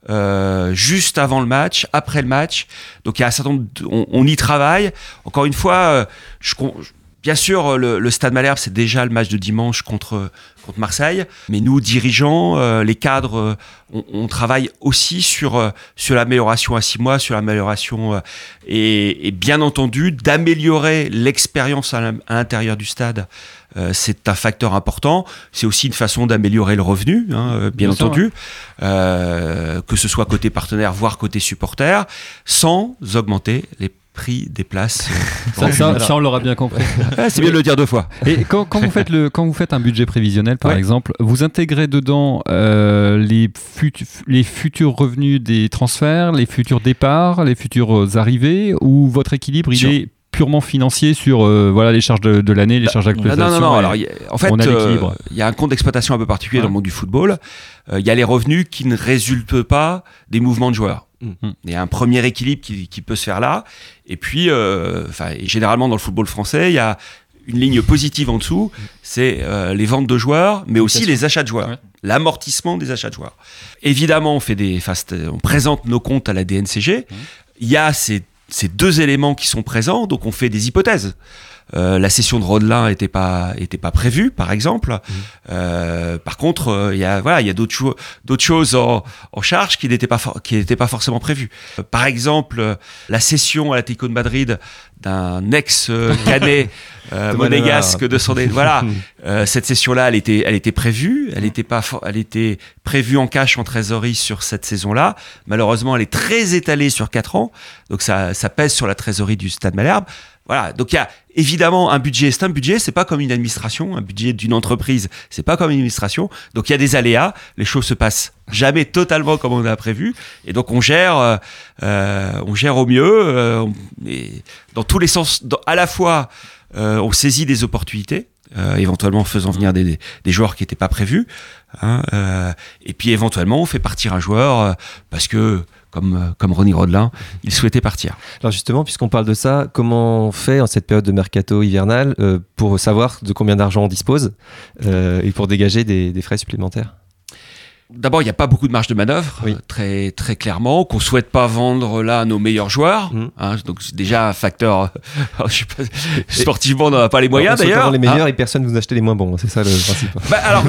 euh, juste avant le match, après le match. Donc il y a un certain nombre, de, on, on y travaille. Encore une fois, euh, je, bien sûr, le, le Stade Malherbe, c'est déjà le match de dimanche contre contre Marseille, mais nous dirigeants, euh, les cadres, euh, on, on travaille aussi sur euh, sur l'amélioration à six mois, sur l'amélioration euh, et, et bien entendu d'améliorer l'expérience à l'intérieur du stade. Euh, c'est un facteur important. C'est aussi une façon d'améliorer le revenu, hein, euh, bien, bien entendu, sûr, ouais. euh, que ce soit côté partenaire, voire côté supporter, sans augmenter les prix des places. ça, ça, ça, on l'aura bien compris. C'est bien de le dire deux fois. Et quand, quand, vous faites le, quand vous faites un budget prévisionnel, par ouais. exemple, vous intégrez dedans euh, les, fut- les futurs revenus des transferts, les futurs départs, les futures arrivées, ou votre équilibre, il est purement financier sur euh, voilà, les charges de, de l'année, les charges d'exploitation? Non, non, non. Alors, y a, en fait, il euh, y a un compte d'exploitation un peu particulier ouais. dans le monde du football. Il euh, y a les revenus qui ne résultent pas des mouvements de joueurs. Il y a un premier équilibre qui, qui peut se faire là. Et puis, euh, généralement dans le football français, il y a une ligne positive en dessous, c'est euh, les ventes de joueurs, mais aussi les achats de joueurs, ouais. l'amortissement des achats de joueurs. Évidemment, on, fait des, on présente nos comptes à la D N C G. Il y a ces, ces deux éléments qui sont présents, donc on fait des hypothèses. Euh, la cession de Rodelin était pas était pas prévue, par exemple. Mmh. Euh, par contre, il euh, y a voilà, il y a d'autres choses d'autres choses en, en charge qui n'étaient pas for- qui n'étaient pas forcément prévues. Euh, par exemple, euh, la cession à l'Atlético de Madrid d'un ex-canet euh, monégasque de son voilà. Euh, cette cession-là, elle était elle était prévue, elle était pas for- elle était prévue en cash en trésorerie sur cette saison-là. Malheureusement, elle est très étalée sur quatre ans, donc ça ça pèse sur la trésorerie du Stade Malherbe. Voilà, donc il y a évidemment un budget, c'est un budget, c'est pas comme une administration, un budget d'une entreprise, c'est pas comme une administration, donc il y a des aléas, les choses se passent jamais totalement comme on a prévu, et donc on gère, euh, on gère au mieux, euh, et dans tous les sens, dans, à la fois euh, on saisit des opportunités, euh, éventuellement en faisant venir des, des joueurs qui n'étaient pas prévus, hein, euh, et puis éventuellement on fait partir un joueur euh, parce que Comme, comme Ronny Rodelin, il souhaitait partir. Alors justement, puisqu'on parle de ça, comment on fait en cette période de mercato hivernal euh, pour savoir de combien d'argent on dispose euh, et pour dégager des, des frais supplémentaires? D'abord, il n'y a pas beaucoup de marge de manœuvre, oui. très, très clairement, qu'on ne souhaite pas vendre là nos meilleurs joueurs. Mmh. Hein, donc c'est déjà un facteur, je sais pas, sportivement on n'a pas les moyens alors, d'ailleurs. On les meilleurs hein. Et personne ne vous achète les moins bons, c'est ça le principe. Bah, alors,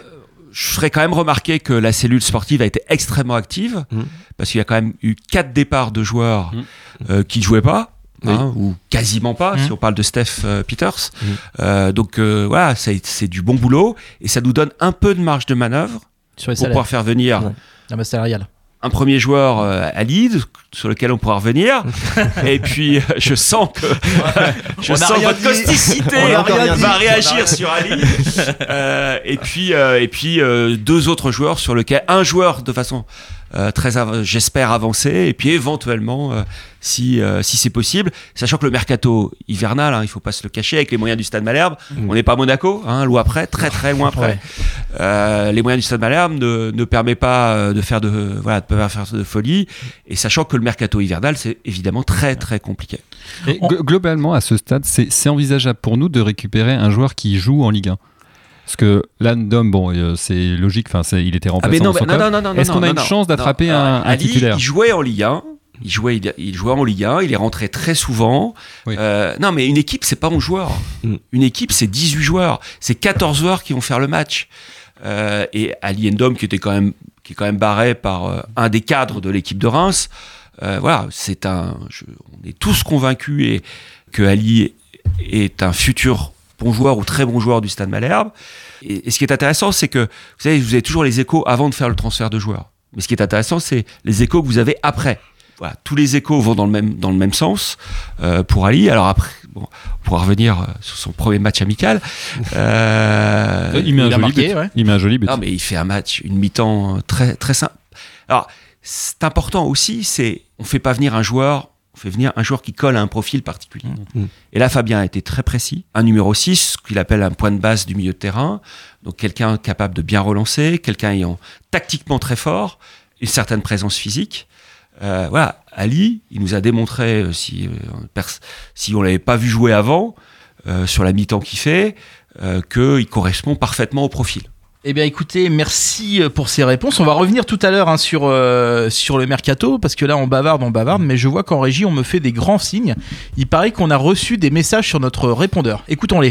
je ferais quand même remarquer que la cellule sportive a été extrêmement active, mmh. parce qu'il y a quand même eu quatre départs de joueurs mmh. euh, qui ne jouaient pas, oui. hein, ou quasiment pas, mmh. si on parle de Steph euh, Peters. Mmh. Euh, donc euh, voilà, ça, c'est du bon boulot, et ça nous donne un peu de marge de manœuvre sur les pour pouvoir faire venir ouais. la masse salariale. Un premier joueur euh, à Lille sur lequel on pourra revenir et puis euh, je sens que je sens votre causticité va réagir sur Ali euh, et puis euh, et puis euh, deux autres joueurs sur lesquels un joueur de façon euh, très av- j'espère avancer, et puis éventuellement, euh, si, euh, si c'est possible, sachant que le mercato hivernal, hein, il faut pas se le cacher, avec les moyens du Stade Malherbe, mmh. on n'est pas Monaco, hein, loin près, très très loin près. Ouais. Euh, les moyens du Stade Malherbe ne, ne permet pas de faire de, voilà, de pas faire de folie, et sachant que le mercato hivernal, c'est évidemment très très compliqué. Et g- globalement, à ce stade, c'est, c'est envisageable pour nous de récupérer un joueur qui joue en Ligue un. Parce que Landom, bon, euh, c'est logique, enfin, c'est, il était remplaçant. Ah mais non, dans son non, club. non, non, non, Est-ce qu'on non, a non, une non, chance d'attraper non, un, un Ali, titulaire? Il jouait en Ligue un. Il jouait, il, il jouait en Ligue un. Il est rentré très souvent. Oui. Euh, non, mais une équipe, c'est pas onze joueurs. Mm. Une équipe, c'est dix-huit joueurs. C'est quatorze joueurs qui vont faire le match. Euh, et Ali Ndom, qui était quand même, qui est quand même barré par euh, un des cadres de l'équipe de Reims. Euh, voilà, c'est un. Je, on est tous convaincus et que Ali est un futur bon joueur ou très bon joueur du Stade Malherbe. Et, et ce qui est intéressant, c'est que vous savez, vous avez toujours les échos avant de faire le transfert de joueurs. Mais ce qui est intéressant, c'est les échos que vous avez après. Voilà, tous les échos vont dans le même dans le même sens euh, pour Ali. Alors après, bon, on pourra revenir sur son premier match amical. Euh, il met un il joli marqué, but. Ouais. Il met un joli but. Non, mais il fait un match, une mi-temps très très simple. Alors, c'est important aussi, c'est on fait pas venir un joueur. On fait venir un joueur qui colle à un profil particulier. Mmh. Et là, Fabien a été très précis. Un numéro six, ce qu'il appelle un point de base du milieu de terrain. Donc, quelqu'un capable de bien relancer, quelqu'un ayant tactiquement très fort, une certaine présence physique. Euh, voilà, Ali, il nous a démontré, euh, si, euh, pers- si on ne l'avait pas vu jouer avant, euh, sur la mi-temps qu'il fait, euh, qu'il correspond parfaitement au profil. Eh bien écoutez, merci pour ces réponses. On va revenir tout à l'heure hein, sur, euh, sur le mercato, parce que là on bavarde, on bavarde, mais je vois qu'en régie on me fait des grands signes. Il paraît qu'on a reçu des messages sur notre répondeur. Écoutons-les.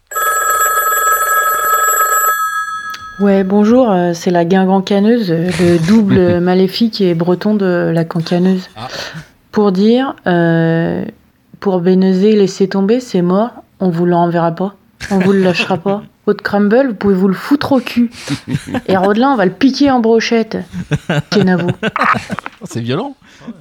Ouais, bonjour, euh, c'est la Guingamp Canneuse, le double maléfique et breton de la Cancaneuse. Ah. Pour dire, euh, pour Bénezet, laissez tomber, c'est mort, on vous l'enverra pas, on vous le lâchera pas. Votre crumble, vous pouvez vous le foutre au cul. Et Rodelin, on va le piquer en brochette. Kenavo. C'est violent.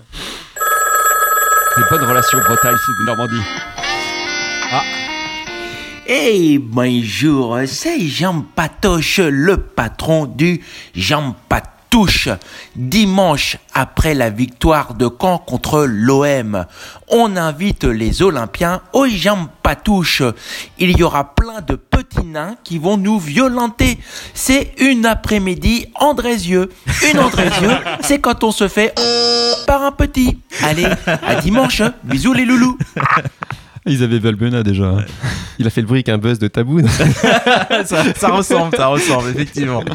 Une bonne relation Bretagne-Normandie. Ah. Hey, bonjour, c'est Jean Patoche, le patron du Jean Patoche. Dimanche, après la victoire de Caen contre l'O M, on invite les Olympiens au Jean Patouche. Il y aura plein de petits nains qui vont nous violenter. C'est une après-midi Andrézieux. Une Andrézieux, c'est quand on se fait par un petit. Allez, à dimanche, bisous les loulous. Ils avaient Valbuena déjà. Il a fait le bruit avec un buzz de tabou. ça, ça ressemble, ça ressemble, effectivement.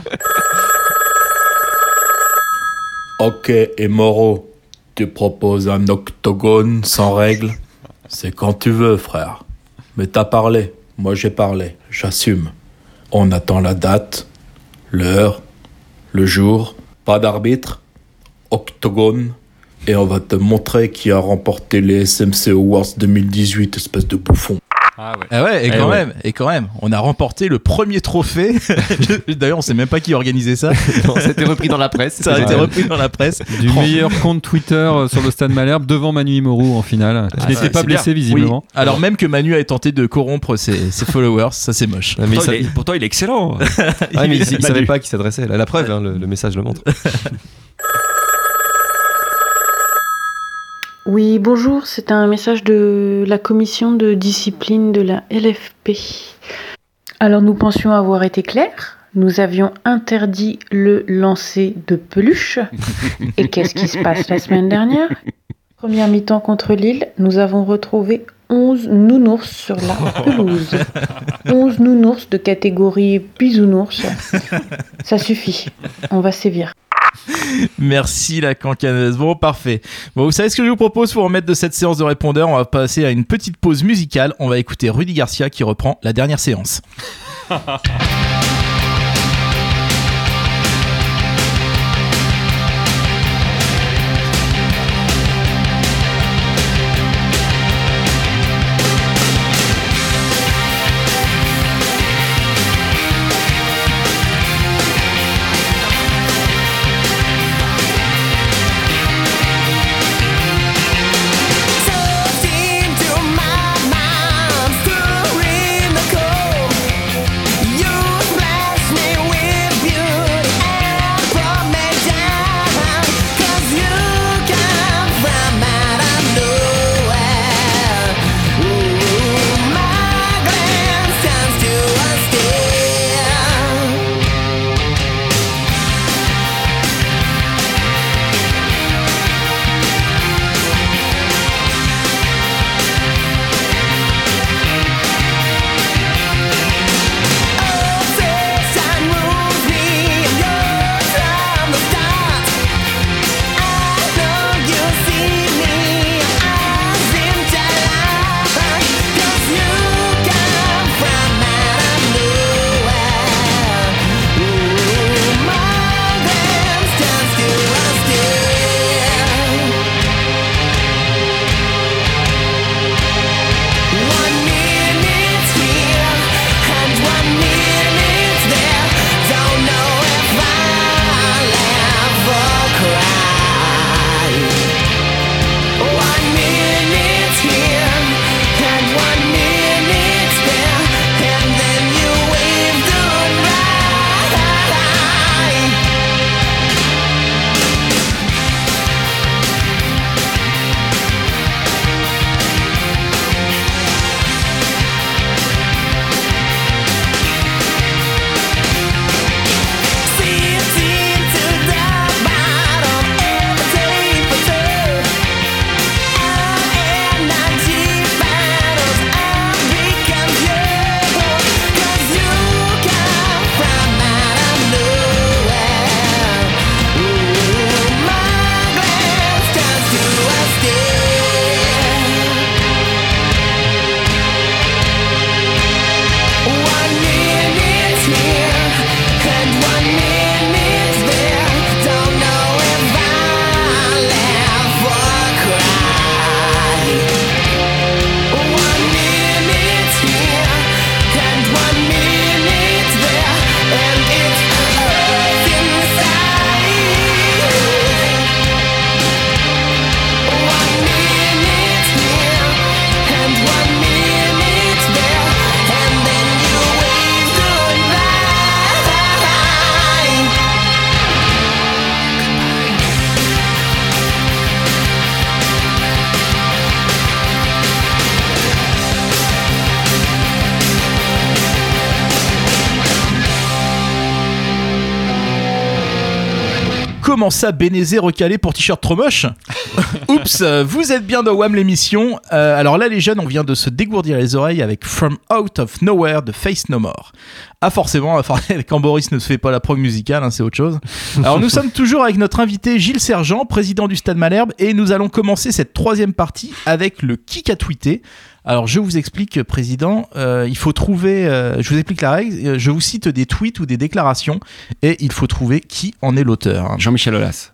Ok, et Moreau, tu proposes un octogone sans règles? C'est quand tu veux, frère. Mais t'as parlé, moi j'ai parlé, j'assume. On attend la date, l'heure, le jour, pas d'arbitre, octogone, et on va te montrer qui a remporté les S M C Awards deux mille dix-huit, espèce de bouffon. Ah ouais. Ah ouais, et quand, eh même, ouais. et quand même, on a remporté le premier trophée. D'ailleurs, on sait même pas qui organisait ça. Non, ça a été repris dans la presse. Ça a été repris dans la presse. Du oh. meilleur compte Twitter sur le Stade Malherbe devant Manu Imoru en finale. Qui ah, n'était pas blessé bien. Visiblement. Oui. Alors même que Manu a tenté de corrompre ses, ses followers, ça c'est moche. Mais pourtant, ça... il est, pourtant, il est excellent. Ah, mais il, il savait pas à qui s'adressait. La preuve, hein, le, le message le montre. Oui, bonjour, c'est un message de la commission de discipline de la L F P. Alors nous pensions avoir été clairs, nous avions interdit le lancer de peluche. Et qu'est-ce qui se passe la semaine dernière ? Première mi-temps contre Lille, nous avons retrouvé onze nounours sur la pelouse. onze nounours de catégorie bisounours. Ça suffit, on va sévir. Merci la cancaneuse. Bon, parfait. Bon, vous savez ce que je vous propose pour remettre de cette séance de répondeurs? On va passer à une petite pause musicale. On va écouter Rudy Garcia qui reprend la dernière séance. Into my mind, stirring the cold. Use Comment ça, Bénézé recalé pour t-shirt trop moche? Oups, vous êtes bien dans W A M l'émission. Euh, alors là, les jeunes, on vient de se dégourdir les oreilles avec From Out of Nowhere de Face No More. Ah forcément, quand Boris ne se fait pas la prog musicale, hein, c'est autre chose. Alors nous sommes toujours avec notre invité Gilles Sergent, président du Stade Malherbe, et nous allons commencer cette troisième partie avec le qui qu'a tweeté. Alors je vous explique, président, euh, il faut trouver, euh, je vous explique la règle, je vous cite des tweets ou des déclarations et il faut trouver qui en est l'auteur. Jean-Michel Aulas.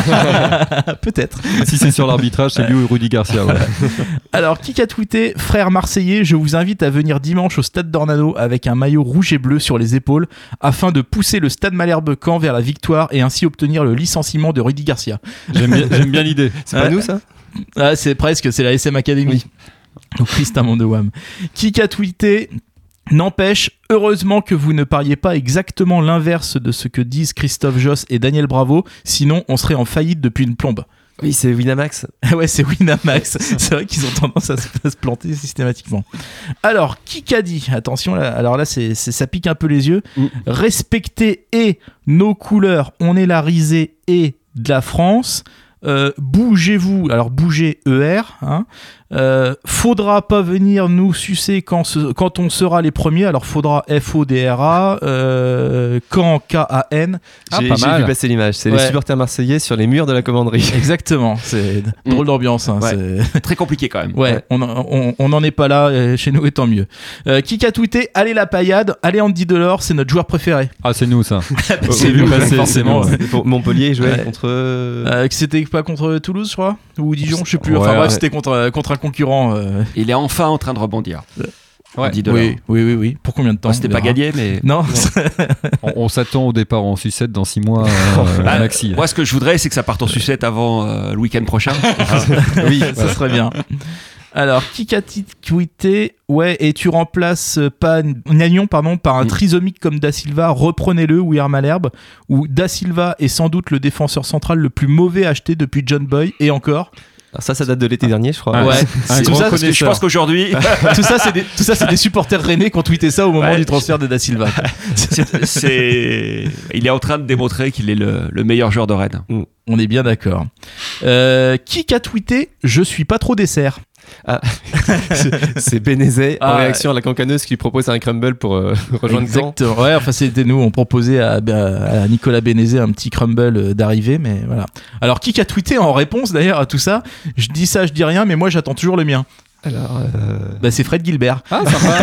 Peut-être. Si c'est sur l'arbitrage, c'est lui ou Rudy Garcia. Ouais. Alors, qui a tweeté: frère marseillais, je vous invite à venir dimanche au Stade d'Ornano avec un maillot rouge et bleu sur les épaules afin de pousser le Stade Malherbe-Caen vers la victoire et ainsi obtenir le licenciement de Rudy Garcia. J'aime bien, j'aime bien l'idée. C'est pas ah, nous ça? Ah, c'est presque, c'est la S M Academy. Oui. Donc oui, c'est un monde de W A M. Qui a tweeté: n'empêche, heureusement que vous ne pariez pas exactement l'inverse de ce que disent Christophe Josse et Daniel Bravo, sinon on serait en faillite depuis une plombe. Oui, c'est Winamax. Ouais, c'est Winamax. C'est vrai qu'ils ont tendance à se, à se planter systématiquement. Alors, qui qu'a dit? Attention, là, alors là, c'est, c'est, ça pique un peu les yeux. Mm. Respectez et nos couleurs, on est la risée et de la France. Euh, bougez-vous, alors bougez E R, hein. Euh, faudra pas venir nous sucer quand, ce, quand on sera les premiers, alors faudra F O D R A, euh, quand K A N. Ah, j'ai, j'ai vu passer l'image, c'est ouais. Les supporters marseillais sur les murs de la commanderie. Exactement, c'est drôle d'ambiance. Hein, ouais. C'est très compliqué quand même. Ouais, ouais. On n'en est pas là, chez nous et tant mieux. Euh, qui a tweeté: allez la paillade, allez Andy Delors, c'est notre joueur préféré. Ah, c'est nous ça. bah, c'est vu passer, forcément. C'est pour Montpellier jouait ouais. contre. Euh, c'était pas contre Toulouse, je crois, ou Dijon, je sais plus. Enfin ouais, bref, ouais. C'était contre, contre un concurrent. Euh... Il est enfin en train de rebondir. Ouais. Oui, oui, oui, oui. Pour combien de temps? Ouais, c'était pas gagné, mais non. on, on s'attend au départ en sucette dans six mois. Euh, bah, maxi. Moi, ce que je voudrais, c'est que ça parte en sucette avant euh, le week-end prochain. Oui, ça serait bien. Alors, qui a tweeté: ouais, et tu remplaces pas Nagnon, pardon, par un trisomique comme Da Silva, reprenez-le, We Are Malherbe, où Da Silva est sans doute le défenseur central le plus mauvais acheté depuis John Boy, et encore. Alors ça, ça date de l'été dernier, je crois. Ouais. C'est tout ça, parce que je pense qu'aujourd'hui, tout ça, c'est des, tout ça, c'est des supporters rennais qui ont tweeté ça au moment ouais. du transfert de Da Silva. c'est, c'est... Il est en train de démontrer qu'il est le, le meilleur joueur de Rennes. Mm. On est bien d'accord. Euh, qui a tweeté: je suis pas trop dessert? Ah, c'est Bénézé ah, en réaction à la cancaneuse qui lui propose un crumble pour euh, rejoindre Caen. Exactement. Ouais, enfin c'était nous, on proposait à, à Nicolas Bénézé un petit crumble d'arrivée, mais voilà. Alors qui a tweeté en réponse d'ailleurs à tout ça: je dis ça, je dis rien, mais moi j'attends toujours le mien. Alors, euh... bah c'est Fred Gilbert. Ah,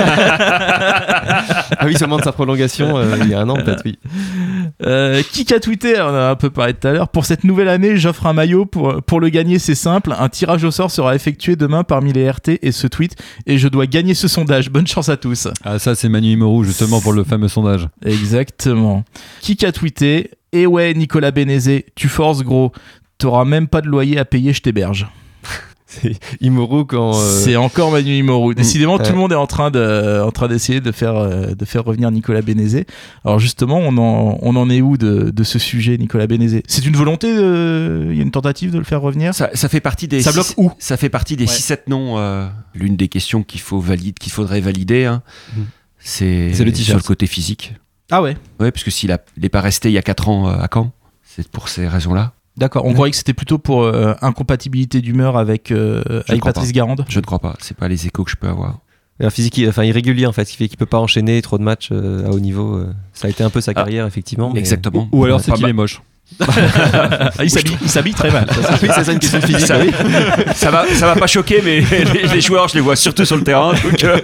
sympa. Ah oui, seulement de sa prolongation euh, il y a un an peut-être, oui. Euh, qui a tweeté, on a un peu parlé tout à l'heure: pour cette nouvelle année, j'offre un maillot. Pour, pour le gagner, c'est simple. Un tirage au sort sera effectué demain parmi les R T et ce tweet. Et je dois gagner ce sondage. Bonne chance à tous. Ah, ça, c'est Manu Imorou, justement, pour le fameux sondage. Exactement. Qui a tweeté: eh ouais, Nicolas Bénézé, tu forces gros. T'auras même pas de loyer à payer, je t'héberge. C'est Imorou quand. Euh... C'est encore Manu Imorou. Décidément, mmh. tout le monde est en train de, en train d'essayer de faire, de faire revenir Nicolas Bénézé. Alors justement, on en, on en est où de, de ce sujet, Nicolas Bénézé? C'est une volonté, de... il y a une tentative de le faire revenir? Ça, ça fait partie des. Ça bloque six, où? Ça fait partie des ouais. six sept noms. Euh, l'une des questions qu'il faut valide, qu'il faudrait valider, hein, mmh. c'est, c'est le sur le côté physique. Ah ouais. Ouais, parce que s'il n'est pas resté il y a quatre ans à Caen, c'est pour ces raisons-là. D'accord, on mmh. croyait que c'était plutôt pour euh, incompatibilité d'humeur avec, euh, avec Patrice Garande. Je ne crois pas, c'est pas les échos que je peux avoir. Un physique, enfin irrégulier en fait, ce qui fait qu'il peut pas enchaîner trop de matchs euh, à haut niveau. Euh, ça a été un peu sa carrière ah, effectivement. Mais... Exactement. Ou alors c'est qu'il est moche. ah, il, s'habille, il s'habille très mal. Ça, oui, c'est ça une question de physique. Ça, oui. ça va, ça va pas choquer, mais les, les joueurs, je les vois surtout sur le terrain. Donc, euh,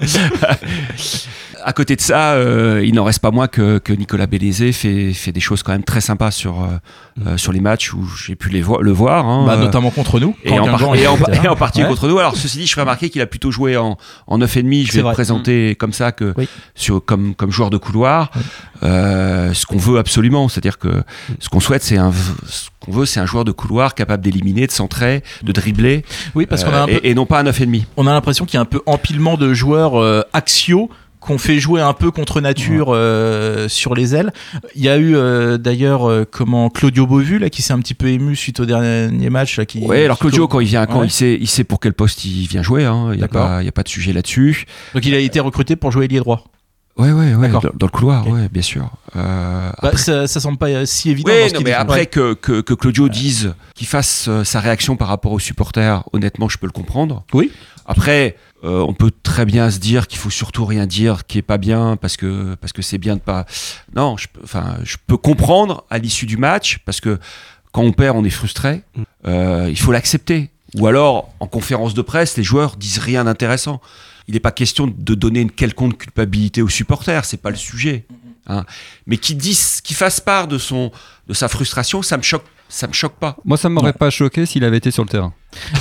à côté de ça, euh, il n'en reste pas moins que, que Nicolas Bénézé fait, fait des choses quand même très sympas sur, euh, euh, sur les matchs où j'ai pu les vo- le voir. Hein, bah, notamment contre nous. Et en, par- et, en, et en partie ouais. contre nous. Alors, ceci dit, je ferai remarquer qu'il a plutôt joué en, en neuf virgule cinq. Je vais le présenter mmh. comme ça, que, oui. sur, comme, comme joueur de couloir. Oui. Euh, ce qu'on veut absolument, c'est-à-dire que ce qu'on souhaite, c'est un, ce qu'on veut, c'est un joueur de couloir capable d'éliminer, de centrer, de dribbler. Oui, parce qu'on a un euh, peu, et, et non pas un neuf virgule cinq. On a l'impression qu'il y a un peu empilement de joueurs euh, axiaux qu'on fait jouer un peu contre nature euh, sur les ailes. Il y a eu euh, d'ailleurs euh, comment Claudio Beauvu là qui s'est un petit peu ému suite au dernier match là, qui. Ouais, alors Claudio quand il vient, quand ouais. il sait, il sait pour quel poste il vient jouer. Hein. Il y a pas, il y a pas de sujet là-dessus. Donc il a été recruté pour jouer ailier droit. Ouais, ouais, ouais, D'accord. dans, dans le couloir, Ok. ouais, bien sûr. Euh, Bah, après- ça, ça semble pas euh, si évident. Ouais, dans ce non, qu'il mais dit. après Ouais. que, que, que Claudio dise qu'il fasse euh, sa réaction par rapport aux supporters, honnêtement, je peux le comprendre. Oui. Après, euh, on peut très bien se dire qu'il faut surtout rien dire qui est pas bien parce que parce que c'est bien de pas. Non, je, peux- enfin, je peux comprendre à l'issue du match parce que quand on perd, on est frustré. Euh, il faut l'accepter. Ou alors, en conférence de presse, les joueurs disent rien d'intéressant. Il n'est pas question de donner une quelconque culpabilité aux supporters, c'est pas le sujet. Hein. Mais qu'ils disent, qu'ils fassent part de son, de sa frustration, ça me choque, ça me choque pas. Moi, ça m'aurait Non. pas choqué s'il avait été sur le terrain.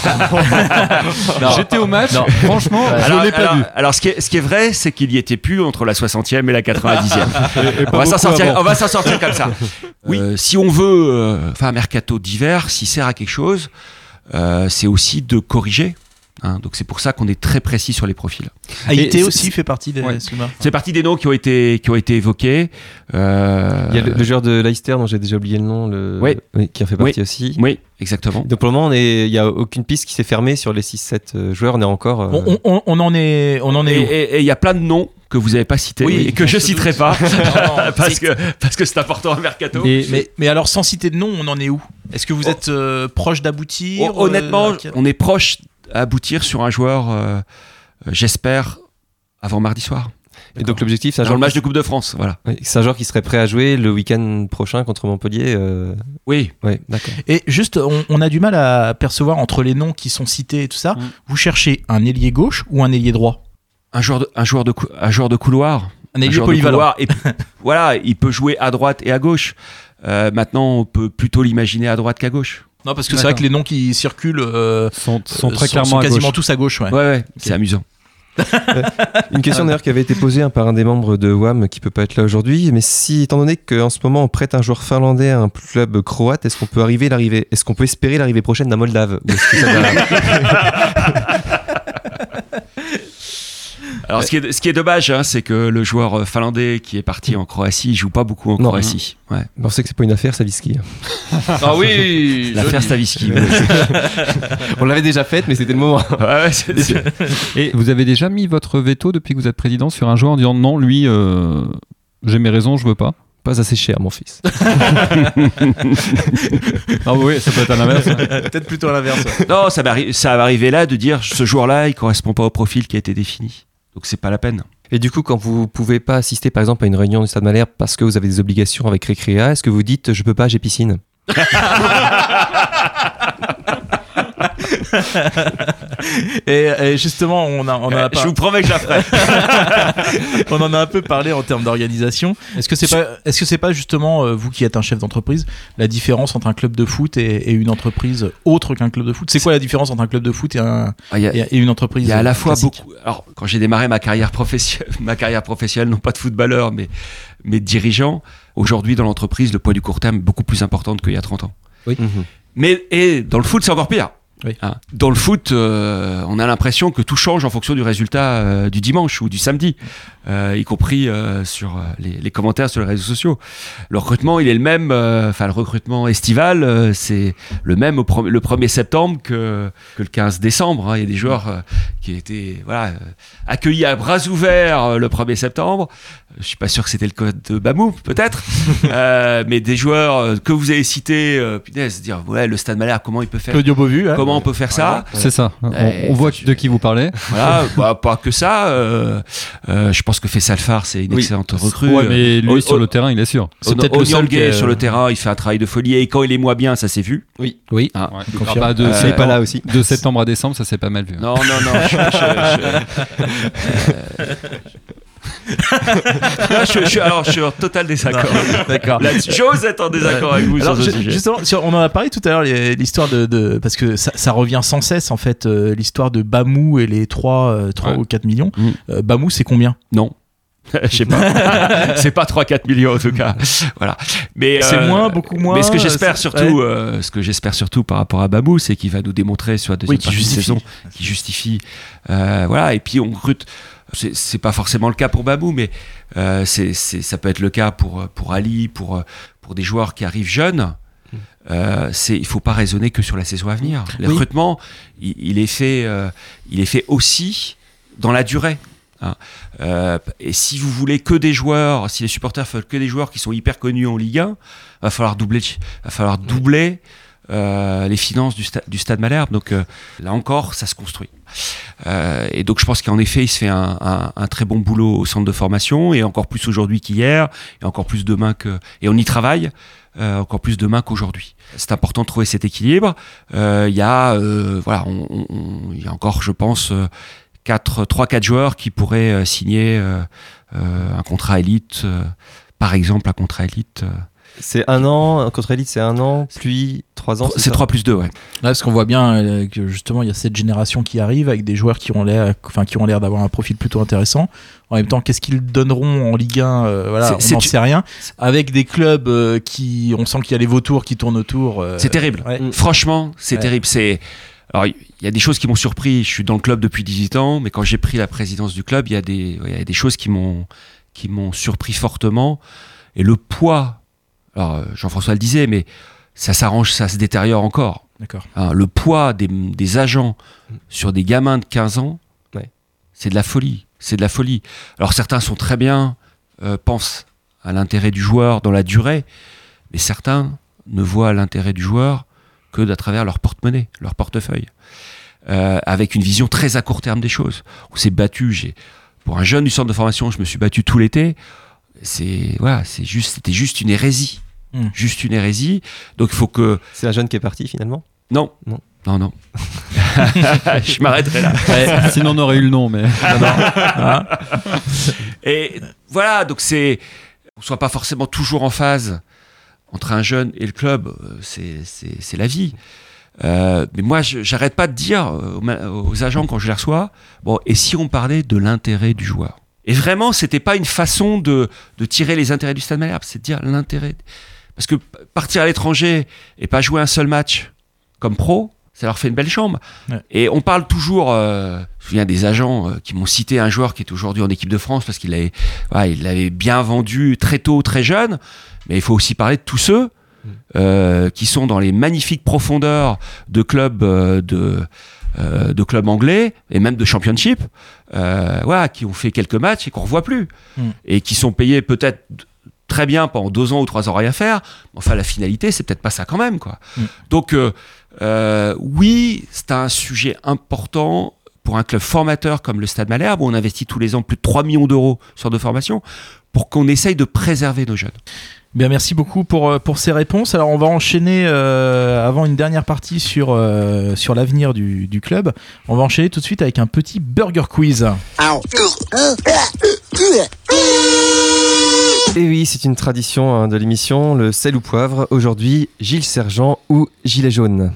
Non. J'étais au match, Non. franchement, je Alors, l'ai pas alors, vu. alors, ce qui est, ce qui est vrai, c'est qu'il y était plus entre la soixantième et la quatre-vingt-dixième. Et- et pas on, va s'en beaucoup sortir, avant. on va s'en sortir comme ça. Oui. Euh, si on veut euh, faire un mercato d'hiver, s'il sert à quelque chose, euh, c'est aussi de corriger. Hein. Donc c'est pour ça qu'on est très précis sur les profils. Haïté Et aussi c'est- fait partie des Ouais. Souma. C'est partie des noms qui ont été, qui ont été évoqués. Euh, Il y a le, le joueur de Leicester dont j'ai déjà oublié le nom, le... Oui. oui, qui en fait partie aussi. Oui, exactement. Donc pour le moment, on est- il n'y a aucune piste qui s'est fermée sur les six sept euh, joueurs. On est encore. euh, On, on- on en est, on en est Et où et- et il y a plein de noms que vous n'avez pas cités Oui, et que on je se citerai doute. pas Non, non, parce c'est- que parce que c'est important à mercato. Et- Mais, mais alors, sans citer de nom, on en est où Est-ce que vous Oh. êtes euh, proche d'aboutir Hon- Honnêtement, euh, on est proche d'aboutir sur un joueur, euh, euh, j'espère, avant mardi soir. Et donc l'objectif, c'est un Dans joueur le match qui- de Coupe de France, voilà. oui, c'est un joueur qui serait prêt à jouer le week-end prochain contre Montpellier. euh, Oui. Ouais, d'accord. Et juste, on, on a du mal à percevoir entre les noms qui sont cités et tout ça. Mm. Vous cherchez un ailier gauche ou un ailier droit Un joueur de, un joueur de, cou- un joueur de couloir. Un ailier joueur de polyvalent. couloir. Et, voilà, il peut jouer à droite et à gauche. Euh, maintenant, on peut plutôt l'imaginer à droite qu'à gauche. Non, parce que c'est D'accord. vrai que les noms qui circulent euh, sont, sont euh, très clairement à quasiment gauche. tous à gauche. Ouais. Ouais, ouais, c'est amusant. Une question d'ailleurs qui avait été posée hein, par un des membres de W A M qui peut pas être là aujourd'hui. Mais si, étant donné qu'en ce moment on prête un joueur finlandais à un club croate, est-ce qu'on peut arriver l'arrivée Est-ce qu'on peut espérer l'arrivée prochaine d'un Moldave Ou est-ce que ça va- Alors, ce qui est, ce qui est dommage, hein, c'est que le joueur euh, finlandais qui est parti en Croatie, il joue pas beaucoup en Non. Croatie. Ouais. On sait que c'est pas une affaire, Saviski. Ah oui, L'affaire Stavisky. ouais. On l'avait déjà faite, mais c'était le moment. Ouais, ouais, c'est- c'est- Et vous avez déjà mis votre veto depuis que vous êtes président sur un joueur en disant non, lui, euh, j'ai mes raisons, je veux pas. Pas assez cher, mon fils. Ah oui, ça peut être à l'inverse. Peut-être plutôt à l'inverse. ouais. Non, ça va, arri- ça va arriver là de dire ce joueur-là, il correspond pas au profil qui a été défini. Donc c'est pas la peine. Et du coup, quand vous pouvez pas assister par exemple à une réunion du Stade Malherbe parce que vous avez des obligations avec Récréa, est-ce que vous dites je peux pas, j'ai piscine Et, et justement, on, a, on, en a Euh, pas- Je vous promets que je la ferai. on en a un peu parlé en termes d'organisation. Est-ce que c'est pas, est-ce que c'est pas justement euh, vous qui êtes un chef d'entreprise, la différence entre un club de foot et, et une entreprise autre qu'un club de foot? C'est quoi la différence entre un club de foot et, un, Ah, il y a- et, et une entreprise Il y a à la euh, fois classique beaucoup. Alors, quand j'ai démarré ma carrière professionnelle, ma carrière professionnelle, non pas de footballeur, mais, mais de dirigeant, aujourd'hui dans l'entreprise, le poids du court terme est beaucoup plus important qu'il y a trente ans. Oui. Mais et dans le foot, c'est encore pire. Oui. Hein. Dans le foot, euh, on a l'impression que tout change en fonction du résultat euh, du dimanche ou du samedi, euh, y compris euh, sur euh, les, les commentaires sur les réseaux sociaux. Le recrutement, il est le même. euh, Enfin, le recrutement estival, euh, c'est le même au pre- le premier septembre que, que le quinze décembre. hein. Il y a des joueurs euh, qui étaient voilà, euh, accueillis à bras ouverts euh, le premier septembre. Je suis pas sûr que c'était le cas de Bamou, peut-être, euh, mais des joueurs euh, que vous avez cités, euh, punaise, dire ouais, le Stade Malherbe, comment il peut faire, Claudio Beauvu, hein. comment on peut faire ça. C'est ça. On, Ouais, on voit faut- de qui vous parlez. Voilà, bah, pas que ça. euh, euh, je pense que Faisal Far, c'est une Oui. excellente recrue. Ouais, mais lui Euh, sur oh, le terrain, il est sûr. C'est peut-être le seul qui est- sur le terrain, il fait un travail de folie et quand il est moins bien, ça s'est vu. Oui. Oui. Ah. Ouais. confirme. Ah bah, de, Euh, C'est septembre, pas là aussi. de septembre à décembre, ça s'est pas mal vu. Non, non, non. je, je- je- euh, je- je- je- alors, je suis en total désaccord. D'accord. Là-dessus, j'ose être en désaccord avec vous Alors, sur ce ju- sujet. justement, sur- on en a parlé tout à l'heure, les- l'histoire de, de- parce que ça, ça revient sans cesse en fait, euh, l'histoire de Bamou et les trois, euh, trois Ouais. ou quatre millions. Mm. Euh, Bamou, c'est combien? Non. Je sais pas. C'est pas trois à quatre millions en tout cas. Voilà. Mais C'est euh, moins, beaucoup moins. Mais ce que j'espère c'est- surtout, ouais. euh, ce que j'espère surtout par rapport à Babou, c'est qu'il va nous démontrer sur la deuxième Oui, qui partie de justifie. saison, qui justifie. Euh, voilà. Et puis on recrute. C'est, c'est pas forcément le cas pour Babou, mais euh, c'est, c'est, ça peut être le cas pour pour Ali, pour pour des joueurs qui arrivent jeunes. Euh, c'est, il faut pas raisonner que sur la saison à venir. Le Oui. recrutement, il, il est fait, euh, il est fait aussi dans la durée. Hein. Euh, et si vous voulez que des joueurs, si les supporters veulent que des joueurs qui sont hyper connus en Ligue un, va falloir doubler, va falloir doubler euh, les finances du, sta- du Stade Malherbe. Donc euh, là encore, ça se construit. Euh, et donc je pense qu'en effet, il se fait un, un, un très bon boulot au centre de formation, et encore plus aujourd'hui qu'hier, et encore plus demain que, et on y travaille. Euh, encore plus demain qu'aujourd'hui. C'est important de trouver cet équilibre. Il euh, y a, euh, voilà, on, on, y a encore, je pense, euh, trois quatre joueurs qui pourraient euh, signer euh, euh, un contrat élite, euh, par exemple un contrat élite. Euh. C'est un an, un contrat élite c'est un an, puis trois ans. C'est, c'est trois plus deux, ouais. Là, parce qu'on voit bien euh, que justement il y a cette génération qui arrive avec des joueurs qui ont l'air, enfin qui ont l'air d'avoir un profil plutôt intéressant. En même temps, qu'est-ce qu'ils donneront en Ligue un euh, Voilà, c'est, on n'en c'est, sait rien. Avec des clubs euh, qui, on sent qu'il y a les vautours qui tournent autour. Euh, c'est terrible. Ouais. Franchement, c'est ouais. terrible. C'est alors il y a des choses qui m'ont surpris. Je suis dans le club depuis dix-huit ans, mais quand j'ai pris la présidence du club, il y a des, il y a des choses qui m'ont, qui m'ont surpris fortement. Et le poids. Alors, Jean-François le disait, mais ça s'arrange, ça se détériore encore. D'accord. Hein, le poids des, des agents sur des gamins de quinze ans, ouais. c'est de la folie. C'est de la folie. Alors, certains sont très bien, euh, pensent à l'intérêt du joueur dans la durée, mais certains ne voient l'intérêt du joueur que d'à travers leur porte-monnaie, leur portefeuille, euh, avec une vision très à court terme des choses. On s'est battu. J'ai, pour un jeune du centre de formation, je me suis battu tout l'été. C'est, voilà, c'est juste, c'était juste une hérésie. Mmh. Juste une hérésie. Donc il faut que. C'est un jeune qui est parti finalement ? Non. Non. Non, non. Je m'arrêterai là. Ouais, sinon on aurait eu le nom, mais. Non, non. Hein. Et voilà, donc c'est. On ne soit pas forcément toujours en phase entre un jeune et le club, c'est, c'est, c'est la vie. Euh, mais moi, je, j'arrête pas de dire aux, aux agents quand je les reçois, bon, et si on parlait de l'intérêt du joueur ? Et vraiment, c'était pas une façon de, de tirer les intérêts du Stade Malherbe, c'est de dire l'intérêt. Parce que partir à l'étranger et pas jouer un seul match comme pro, ça leur fait une belle chambre. Ouais. Et on parle toujours, euh, je me souviens des agents euh, qui m'ont cité un joueur qui est aujourd'hui en équipe de France parce qu'il avait, ouais, il l'avait bien vendu très tôt, très jeune. Mais il faut aussi parler de tous ceux euh, qui sont dans les magnifiques profondeurs de clubs euh, de Euh, de clubs anglais et même de championship, euh, voilà, qui ont fait quelques matchs et qu'on ne revoit plus, mm. et qui sont payés peut-être très bien pendant deux ans ou trois ans rien faire, mais enfin la finalité c'est peut-être pas ça quand même, quoi. Mm. Donc euh, euh, oui, c'est un sujet important pour un club formateur comme le Stade Malherbe où on investit tous les ans plus de trois millions d'euros sur de formation pour qu'on essaye de préserver nos jeunes. Bien, merci beaucoup pour, pour ces réponses. Alors on va enchaîner euh, avant une dernière partie sur, euh, sur l'avenir du, du club. On va enchaîner tout de suite avec un petit burger quiz. Et oui, c'est une tradition hein, de l'émission, le sel ou poivre. Aujourd'hui, Gilles Sergent ou Gilet jaune.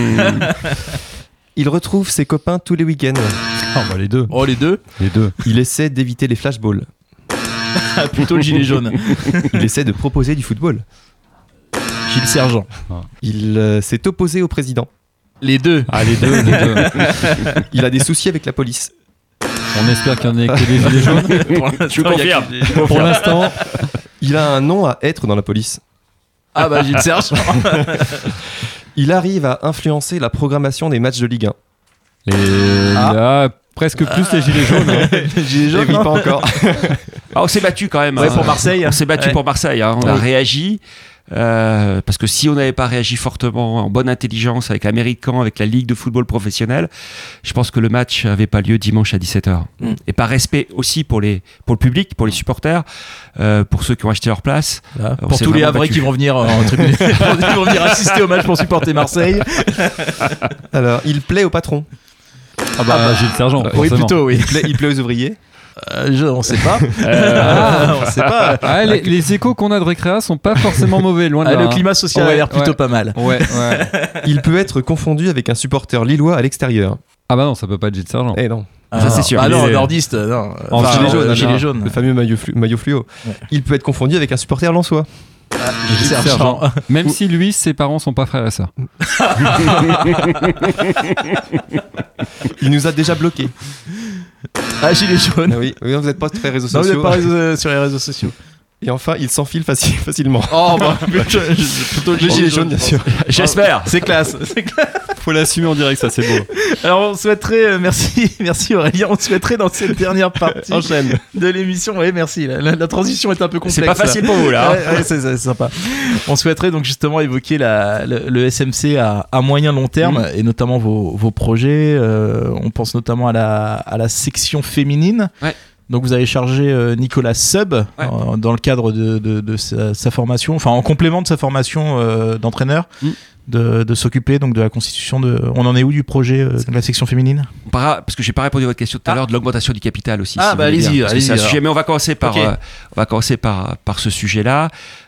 Il retrouve ses copains tous les week-ends. Oh, bah les deux. Oh, les deux Les deux. Il essaie d'éviter les flashballs. Plutôt le gilet jaune. Il essaie de proposer du football. Gilles Sergent. Il euh, s'est opposé au président. Les deux. Ah, les deux, les deux. Il a des soucis avec la police. On espère qu'il n'y en ait que des gilets jaunes. Je confirme. Des... Pour l'instant, il a un nom à être dans la police. Ah bah Gilles Sergent. Il arrive à influencer la programmation des matchs de Ligue un. Et ah. Là, presque plus ah. les gilets jaunes. Hein. Les gilets jaunes, oui, pas encore. Ah, on s'est battu quand même. Ouais, hein. pour Marseille. On s'est battu ouais. pour Marseille. Hein. On ouais. a réagi. Euh, parce que si on n'avait pas réagi fortement, en bonne intelligence, avec la mairie de Caen, avec la Ligue de football professionnel, je pense que le match n'avait pas lieu dimanche à dix-sept heures. Mm. Et par respect aussi pour, les, pour le public, pour les supporters, euh, pour ceux qui ont acheté leur place. Là, pour tous les Havrais qui vont venir euh, en tribune, qui vont venir assister au match pour supporter Marseille. Alors, il plaît au patron. Ah bah, ah, Gilles Sergent. Oui, plutôt, oui. Il plaît, il plaît aux ouvriers. Euh, je, on sait pas. Euh, ah, on sait pas. Ah, les, les échos qu'on a de Récréa sont pas forcément mauvais, loin de ah, là. Le climat social ouais, a l'air plutôt ouais. pas mal. Ouais, ouais. Il peut être confondu avec un supporter lillois à l'extérieur. Ah bah non, ça peut pas être Gilles Sergent. Eh non. Ah, ça c'est sûr. Ah non, les... nordiste, non. En enfin, gilet jaune, euh, gilet non, jaune. Le fameux maillot, flu- maillot fluo. Ouais. Il peut être confondu avec un supporter lensois. Ah, Gilles Sergent. Même si lui, ses parents sont pas frères et sœurs. Il nous a déjà bloqués. Ah, gilet jaune. Ah oui, oui, vous n'êtes pas très réseaux non, sociaux. vous n'êtes pas réseau, sur les réseaux sociaux. Et enfin, il s'enfile faci- facilement. Oh, bah, putain, plutôt le gilet jaune, bien sûr. J'espère. C'est classe. C'est classe. Faut l'assumer en direct, ça c'est beau. Alors on souhaiterait, euh, merci, merci Aurélien, on souhaiterait dans cette dernière partie Enchaîne. de l'émission, oui merci, la, la- la transition est un peu complexe. C'est pas facile pour vous là. Ouais, ouais, c'est, c'est sympa. On souhaiterait donc justement évoquer la, le, le S M C à, à moyen long terme Mmh. et notamment vos, vos projets. Euh, on pense notamment à la, à la section féminine. Ouais. Donc vous avez chargé euh, Nicolas Sub Ouais. euh, dans le cadre de, de, de sa, sa formation, enfin en complément de sa formation euh, d'entraîneur, Mm. de, de s'occuper donc de la constitution de. On en est où du projet euh, de la section féminine? On parlera- parce que j'ai pas répondu à votre question tout à Ah. l'heure de l'augmentation du capital aussi. Ah, si bah, vous voulez allez-y, bien, parce que allez-y, c'est un alors. sujet, mais on va commencer par, Ok. euh, on va commencer par, par ce sujet-là.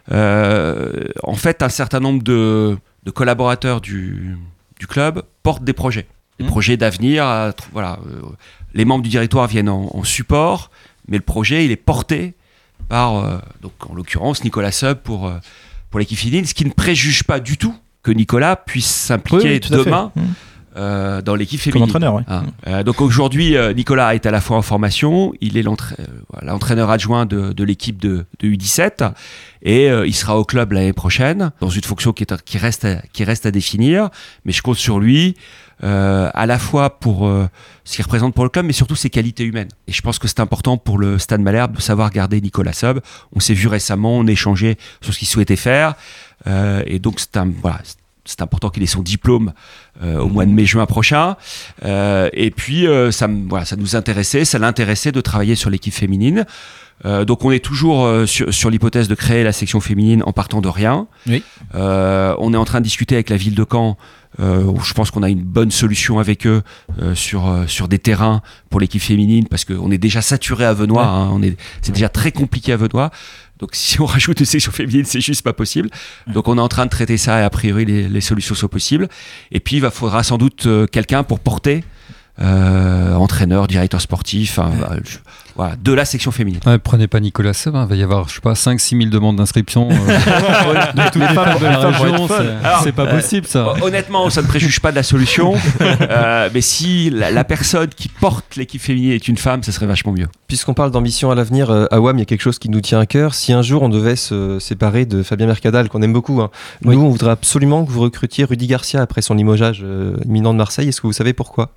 Euh, en fait, un certain nombre de, de collaborateurs du, du club portent des projets, des Mmh. projets d'avenir. à tr- Voilà, euh, les membres du directoire viennent en, en support, mais le projet il est porté par, euh, donc en l'occurrence Nicolas Sub pour euh, pour l'équipe féminine, ce qui ne préjuge pas du tout que Nicolas puisse s'impliquer Oui, oui, tout à fait. demain. Mmh. Euh, dans l'équipe Comme féminine. entraîneur, ouais. Hein. Euh, donc aujourd'hui, euh, Nicolas est à la fois en formation, il est l'entra- euh, voilà, l'entraîneur adjoint de, de l'équipe de, de U dix-sept et euh, il sera au club l'année prochaine dans une fonction qui, est, qui, reste, à, qui reste à définir. Mais je compte sur lui euh, à la fois pour euh, ce qu'il représente pour le club, mais surtout ses qualités humaines. Et je pense que c'est important pour le Stade Malherbe de savoir garder Nicolas Sub. On s'est vu récemment, on a échangé sur ce qu'il souhaitait faire. Euh, et donc c'est un... Voilà, c'est important qu'il ait son diplôme euh, au mois de mai-juin prochain. Euh, et puis, euh, ça, me- voilà, ça nous intéressait, ça l'intéressait de travailler sur l'équipe féminine. Euh, donc, on est toujours euh, sur, sur l'hypothèse de créer la section féminine en partant de rien. Oui. Euh, on est en train de discuter avec la ville de Caen. Euh, où je pense qu'on a une bonne solution avec eux euh, sur, euh, sur des terrains pour l'équipe féminine parce qu'on est déjà saturé à Venoy. Ouais. Hein, on est, c'est déjà très compliqué à Venoy. Donc si on rajoute une section féminine, c'est juste pas possible. Donc on est en train de traiter ça et a priori les, les solutions sont possibles. Et puis il va, faudra sans doute euh, quelqu'un pour porter euh, entraîneur, directeur sportif, hein, bah, je- voilà, de la section féminine. Ouais, prenez pas Nicolas Sub, hein, il va y avoir, je sais pas, cinq six mille demandes d'inscription euh, de toutes les femmes de la région. C'est, Alors, c'est pas euh, possible ça. Honnêtement, ça ne préjuge pas de la solution. Euh, mais si la, la personne qui porte l'équipe féminine est une femme, ça serait vachement mieux. Puisqu'on parle d'ambition à l'avenir, euh, à W A M, il y a quelque chose qui nous tient à cœur. Si un jour on devait se séparer de Fabien Mercadal, qu'on aime beaucoup, hein, Oui. nous on voudrait absolument que vous recrutiez Rudy Garcia après son limogeage euh, imminent de Marseille. Est-ce que vous savez pourquoi?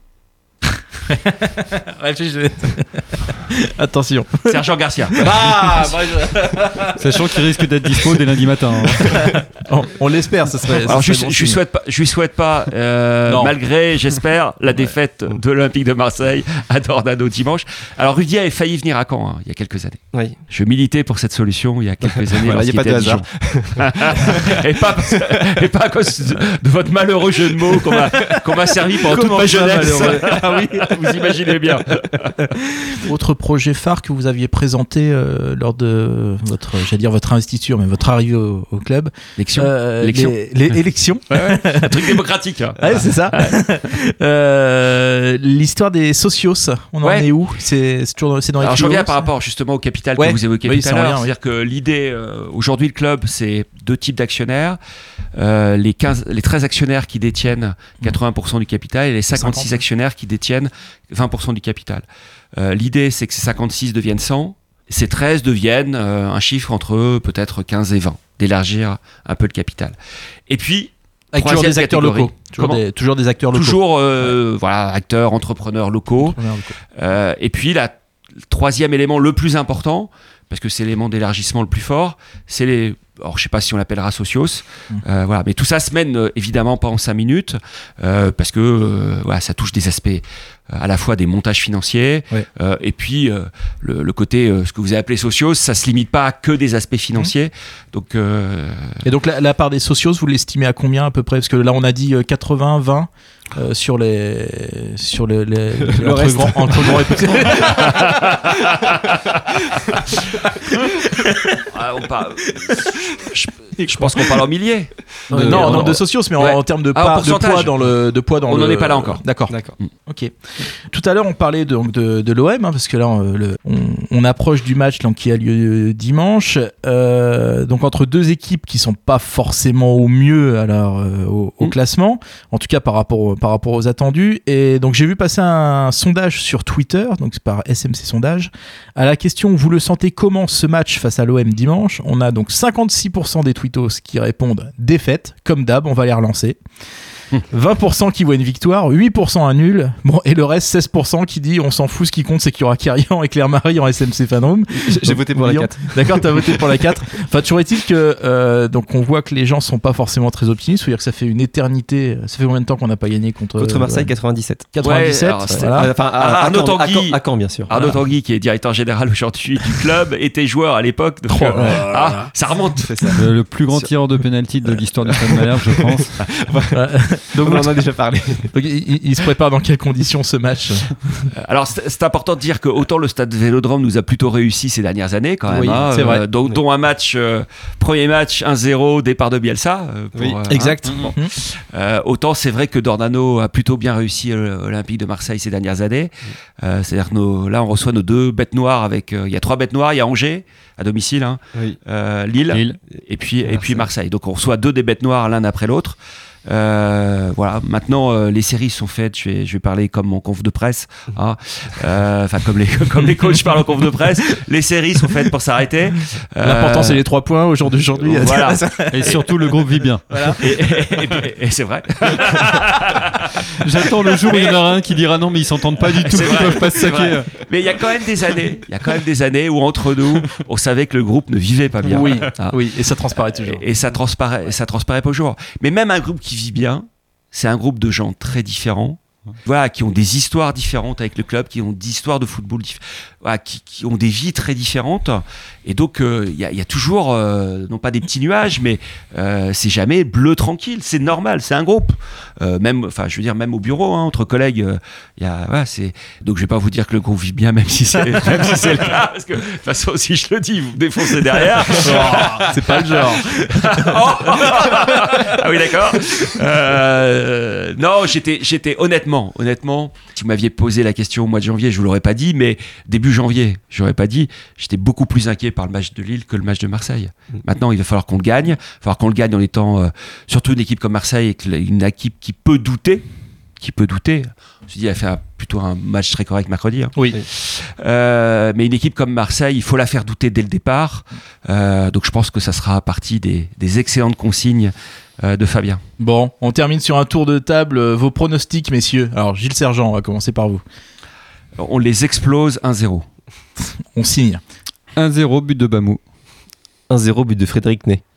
Réfléchis. Attention. Sergent Garcia. Ah, Sachant qu'il risque d'être dispo dès lundi matin. hein. on, on l'espère, ça serait. ça Alors je, serait bon je lui signe. souhaite pas, je lui souhaite pas euh, Non. malgré, j'espère, la défaite de l'Olympique de Marseille à Dornano dimanche. Alors Rudy avait failli venir à Caen hein, il y a quelques années. Oui. Je militais pour cette solution il y a quelques années. Voilà, il y a lorsqu'il pas de était à hasard. Dijon. et, pas, parce que- et pas à cause de, de votre malheureux jeu de mots qu'on m'a, qu'on m'a servi pendant toute Comment ma ça, jeunesse. malheureux Ah oui, vous imaginez bien. Autre projet phare que vous aviez présenté euh, lors de votre, j'allais dire votre investiture, mais votre arrivée au, au club. L'élection. Euh, L'élection. Les, les élections. Ouais, ouais. Un truc démocratique. hein. Ouais, c'est ça. Euh, l'histoire des socios, on en Ouais. est où? C'est, c'est toujours c'est dans les Alors je tuyaux, reviens par ça rapport justement au capital Ouais. que vous évoquiez Oui, tout à c'est en l'heure. lien, oui. C'est-à-dire que l'idée, euh, aujourd'hui le club, c'est deux types d'actionnaires. Euh, les, quinze, les treize actionnaires qui détiennent quatre-vingts pour cent du capital et les cinquante-six cinquante. actionnaires qui détiennent vingt pour cent du capital. Euh, l'idée, c'est que ces cinquante-six deviennent cent, ces treize deviennent euh, un chiffre entre peut-être quinze et vingt, d'élargir un peu le capital. Et puis, Avec toujours troisième des acteurs catégorie. locaux. Toujours Comment des, toujours des acteurs locaux. Toujours euh, voilà, acteurs, entrepreneurs locaux. Entrepreneurs locaux. Euh, et puis la, le troisième élément le plus important, parce que c'est l'élément d'élargissement le plus fort, c'est les... Alors je sais pas si on l'appellera socios, Mmh. euh, voilà, mais tout ça se mène euh, évidemment pas en cinq minutes, euh, parce que euh, voilà, ça touche des aspects euh, à la fois des montages financiers, Ouais. euh, et puis euh, le, le côté, euh, ce que vous avez appelé socios, ça se limite pas à que des aspects financiers. Donc euh, Et donc la, la part des socios, vous l'estimez à combien à peu près? Parce que là on a dit euh, quatre-vingts, vingt euh, sur les sur le, les, Le entre reste. grand, entre grand et petit. ah, on parle, je, je pense qu'on parle en milliers. Euh, De- non, en en- nombre de socios, mais en- Ouais. en, termes de, Ah, en part- de pourcentage. poids dans le de poids dans On le. n'en est pas là encore. D'accord. D'accord. Ok. Tout à l'heure, on parlait donc de, de l'O M, hein, parce que là, on, le- on, on approche du match donc, qui a lieu dimanche. Euh, donc entre deux équipes qui sont pas forcément au mieux alors, euh, au, au Mm. classement, en tout cas par rapport, au- par rapport aux attendus. Et donc j'ai vu passer un sondage sur Twitter, donc c'est par S M C Sondage, à la question vous le sentez comment ce match face à l'O M dimanche. On a donc cinquante-six pour cent des tweetos qui répondent défaite, comme d'hab, on va les relancer. vingt pour cent qui voient une victoire, huit pour cent un nul, bon, et le reste, seize pour cent qui dit on s'en fout, ce qui compte c'est qu'il y aura Kerian et Claire-Marie en S M C Fanrome. J'ai voté pour la quatre. D'accord, t'as voté pour la quatre. Enfin, toujours est-il que euh, donc on voit que les gens sont pas forcément très optimistes, faut dire que ça fait une éternité, ça fait combien de temps qu'on n'a pas gagné contre Contre Marseille, euh, quatre-vingt-dix-sept. quatre-vingt-dix-sept, Ouais, alors, c'était- voilà. Enfin, à, Ah, à, Arnaud Caen, à, Tanguy. Caen, à Caen, bien sûr. Arnaud Voilà. Tanguy, qui est directeur général aujourd'hui du club, était joueur à l'époque. Donc, Oh, euh, ouais. ah, ça remonte. C'est ça. Le, le plus grand tireur de pénalty de l'histoire du Stade Malherbe, je pense. Donc on en a déjà parlé. Donc, il, il- il se prépare dans quelles conditions ce match? Alors c'est c'est important de dire que autant le stade Vélodrome nous a plutôt réussi ces dernières années quand même, Oui, hein, c'est vrai. euh, dont, dont un match, euh, premier match un zéro, départ de Bielsa. euh, pour, Oui, euh, exact. hein, bon. Mhm. Euh, autant c'est vrai que Dornano a plutôt bien réussi à l'Olympique de Marseille ces dernières années. Euh, C'est-à-dire que nos- là on reçoit nos deux bêtes noires avec, euh, il y a trois bêtes noires, il y a Angers à domicile, hein, Oui. euh, Lille, Lille. et puis et Marseille. puis Marseille. Donc on reçoit deux des bêtes noires l'un après l'autre. Euh, voilà. Maintenant, euh, les séries sont faites. Je vais, je vais parler comme en conf de presse, hein. Euh, enfin comme les comme les coachs parlent en conf de presse. Les séries sont faites pour s'arrêter. Euh, L'important c'est les trois points au jour d'aujourd'hui. Voilà. Et surtout, le groupe vit bien. Et, et- et- et c'est vrai. J'attends le jour où il y en aura un qui dira non, mais ils s'entendent pas du tout, C'est ils vrai, peuvent pas se c'est saquer. vrai. Mais il y a quand même des années. Il y a quand même des années où entre nous, on savait que le groupe ne vivait pas bien. Oui, Ah. oui, et ça transparaît toujours. Et, et ça transparaît, ça transparaît pas toujours. Mais même un groupe qui vit bien, c'est un groupe de gens très différents, voilà, qui ont des histoires différentes avec le club, qui ont des histoires de football, dif- voilà, qui, qui ont des vies très différentes. Et donc, euh, il y, a- il y a toujours, euh, non pas des petits nuages, mais euh, c'est jamais bleu tranquille. C'est normal, c'est un groupe. Euh, même, enfin, je veux dire, même au bureau, hein, entre collègues, euh, il y a, voilà, c'est. Donc, je vais pas vous dire que le groupe vit bien, même si c'est, même si c'est le cas, parce que de toute façon, si je le dis, vous me défoncez derrière. C'est pas le genre. Oh ah oui, d'accord. Euh, non, j'étais, j'étais honnêtement, honnêtement, si vous m'aviez posé la question au mois de janvier, je vous l'aurais pas dit, mais début janvier, je l'aurais pas dit. J'étais beaucoup plus inquiet par le match de Lille que le match de Marseille. Maintenant, il va falloir qu'on le gagne. Il va falloir qu'on le gagne en étant euh, surtout une équipe comme Marseille, et une équipe qui peut douter, qui peut douter. Je me suis dit, elle a fait un- plutôt un match très correct mercredi. Hein. Oui. Euh, mais une équipe comme Marseille, il faut la faire douter dès le départ. Euh, donc je pense que ça sera partie des, des excellentes consignes euh, de Fabien. Bon, on termine sur un tour de table. Euh, Vos pronostics, messieurs. Alors, Gilles Sergent, on va commencer par vous. On les explose un zéro. On signe. un zéro, but de Bamou. un zéro, but de Frédéric Ney.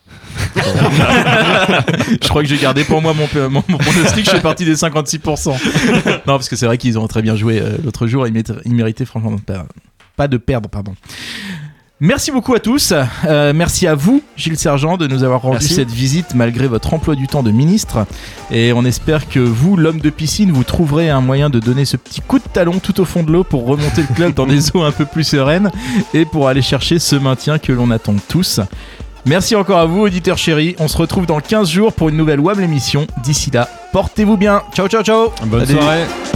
Je crois que j'ai gardé pour moi mon, mon, mon pronostic. Je fais partie des cinquante-six pour cent. Non, parce que c'est vrai qu'ils ont très bien joué euh, l'autre jour. Ils, méritaient, ils méritaient franchement de perdre. Pas de perdre, pardon. Merci beaucoup à tous. Euh, merci à vous, Gilles Sergent, de nous avoir rendu Merci. cette visite malgré votre emploi du temps de ministre. Et on espère que vous, l'homme de piscine, vous trouverez un moyen de donner ce petit coup de talon tout au fond de l'eau pour remonter le club dans des eaux un peu plus sereines et pour aller chercher ce maintien que l'on attend tous. Merci encore à vous, auditeurs chéris. On se retrouve dans quinze jours pour une nouvelle W A M l'émission. D'ici là, portez-vous bien. Ciao, ciao, ciao. Bonne Salut. soirée.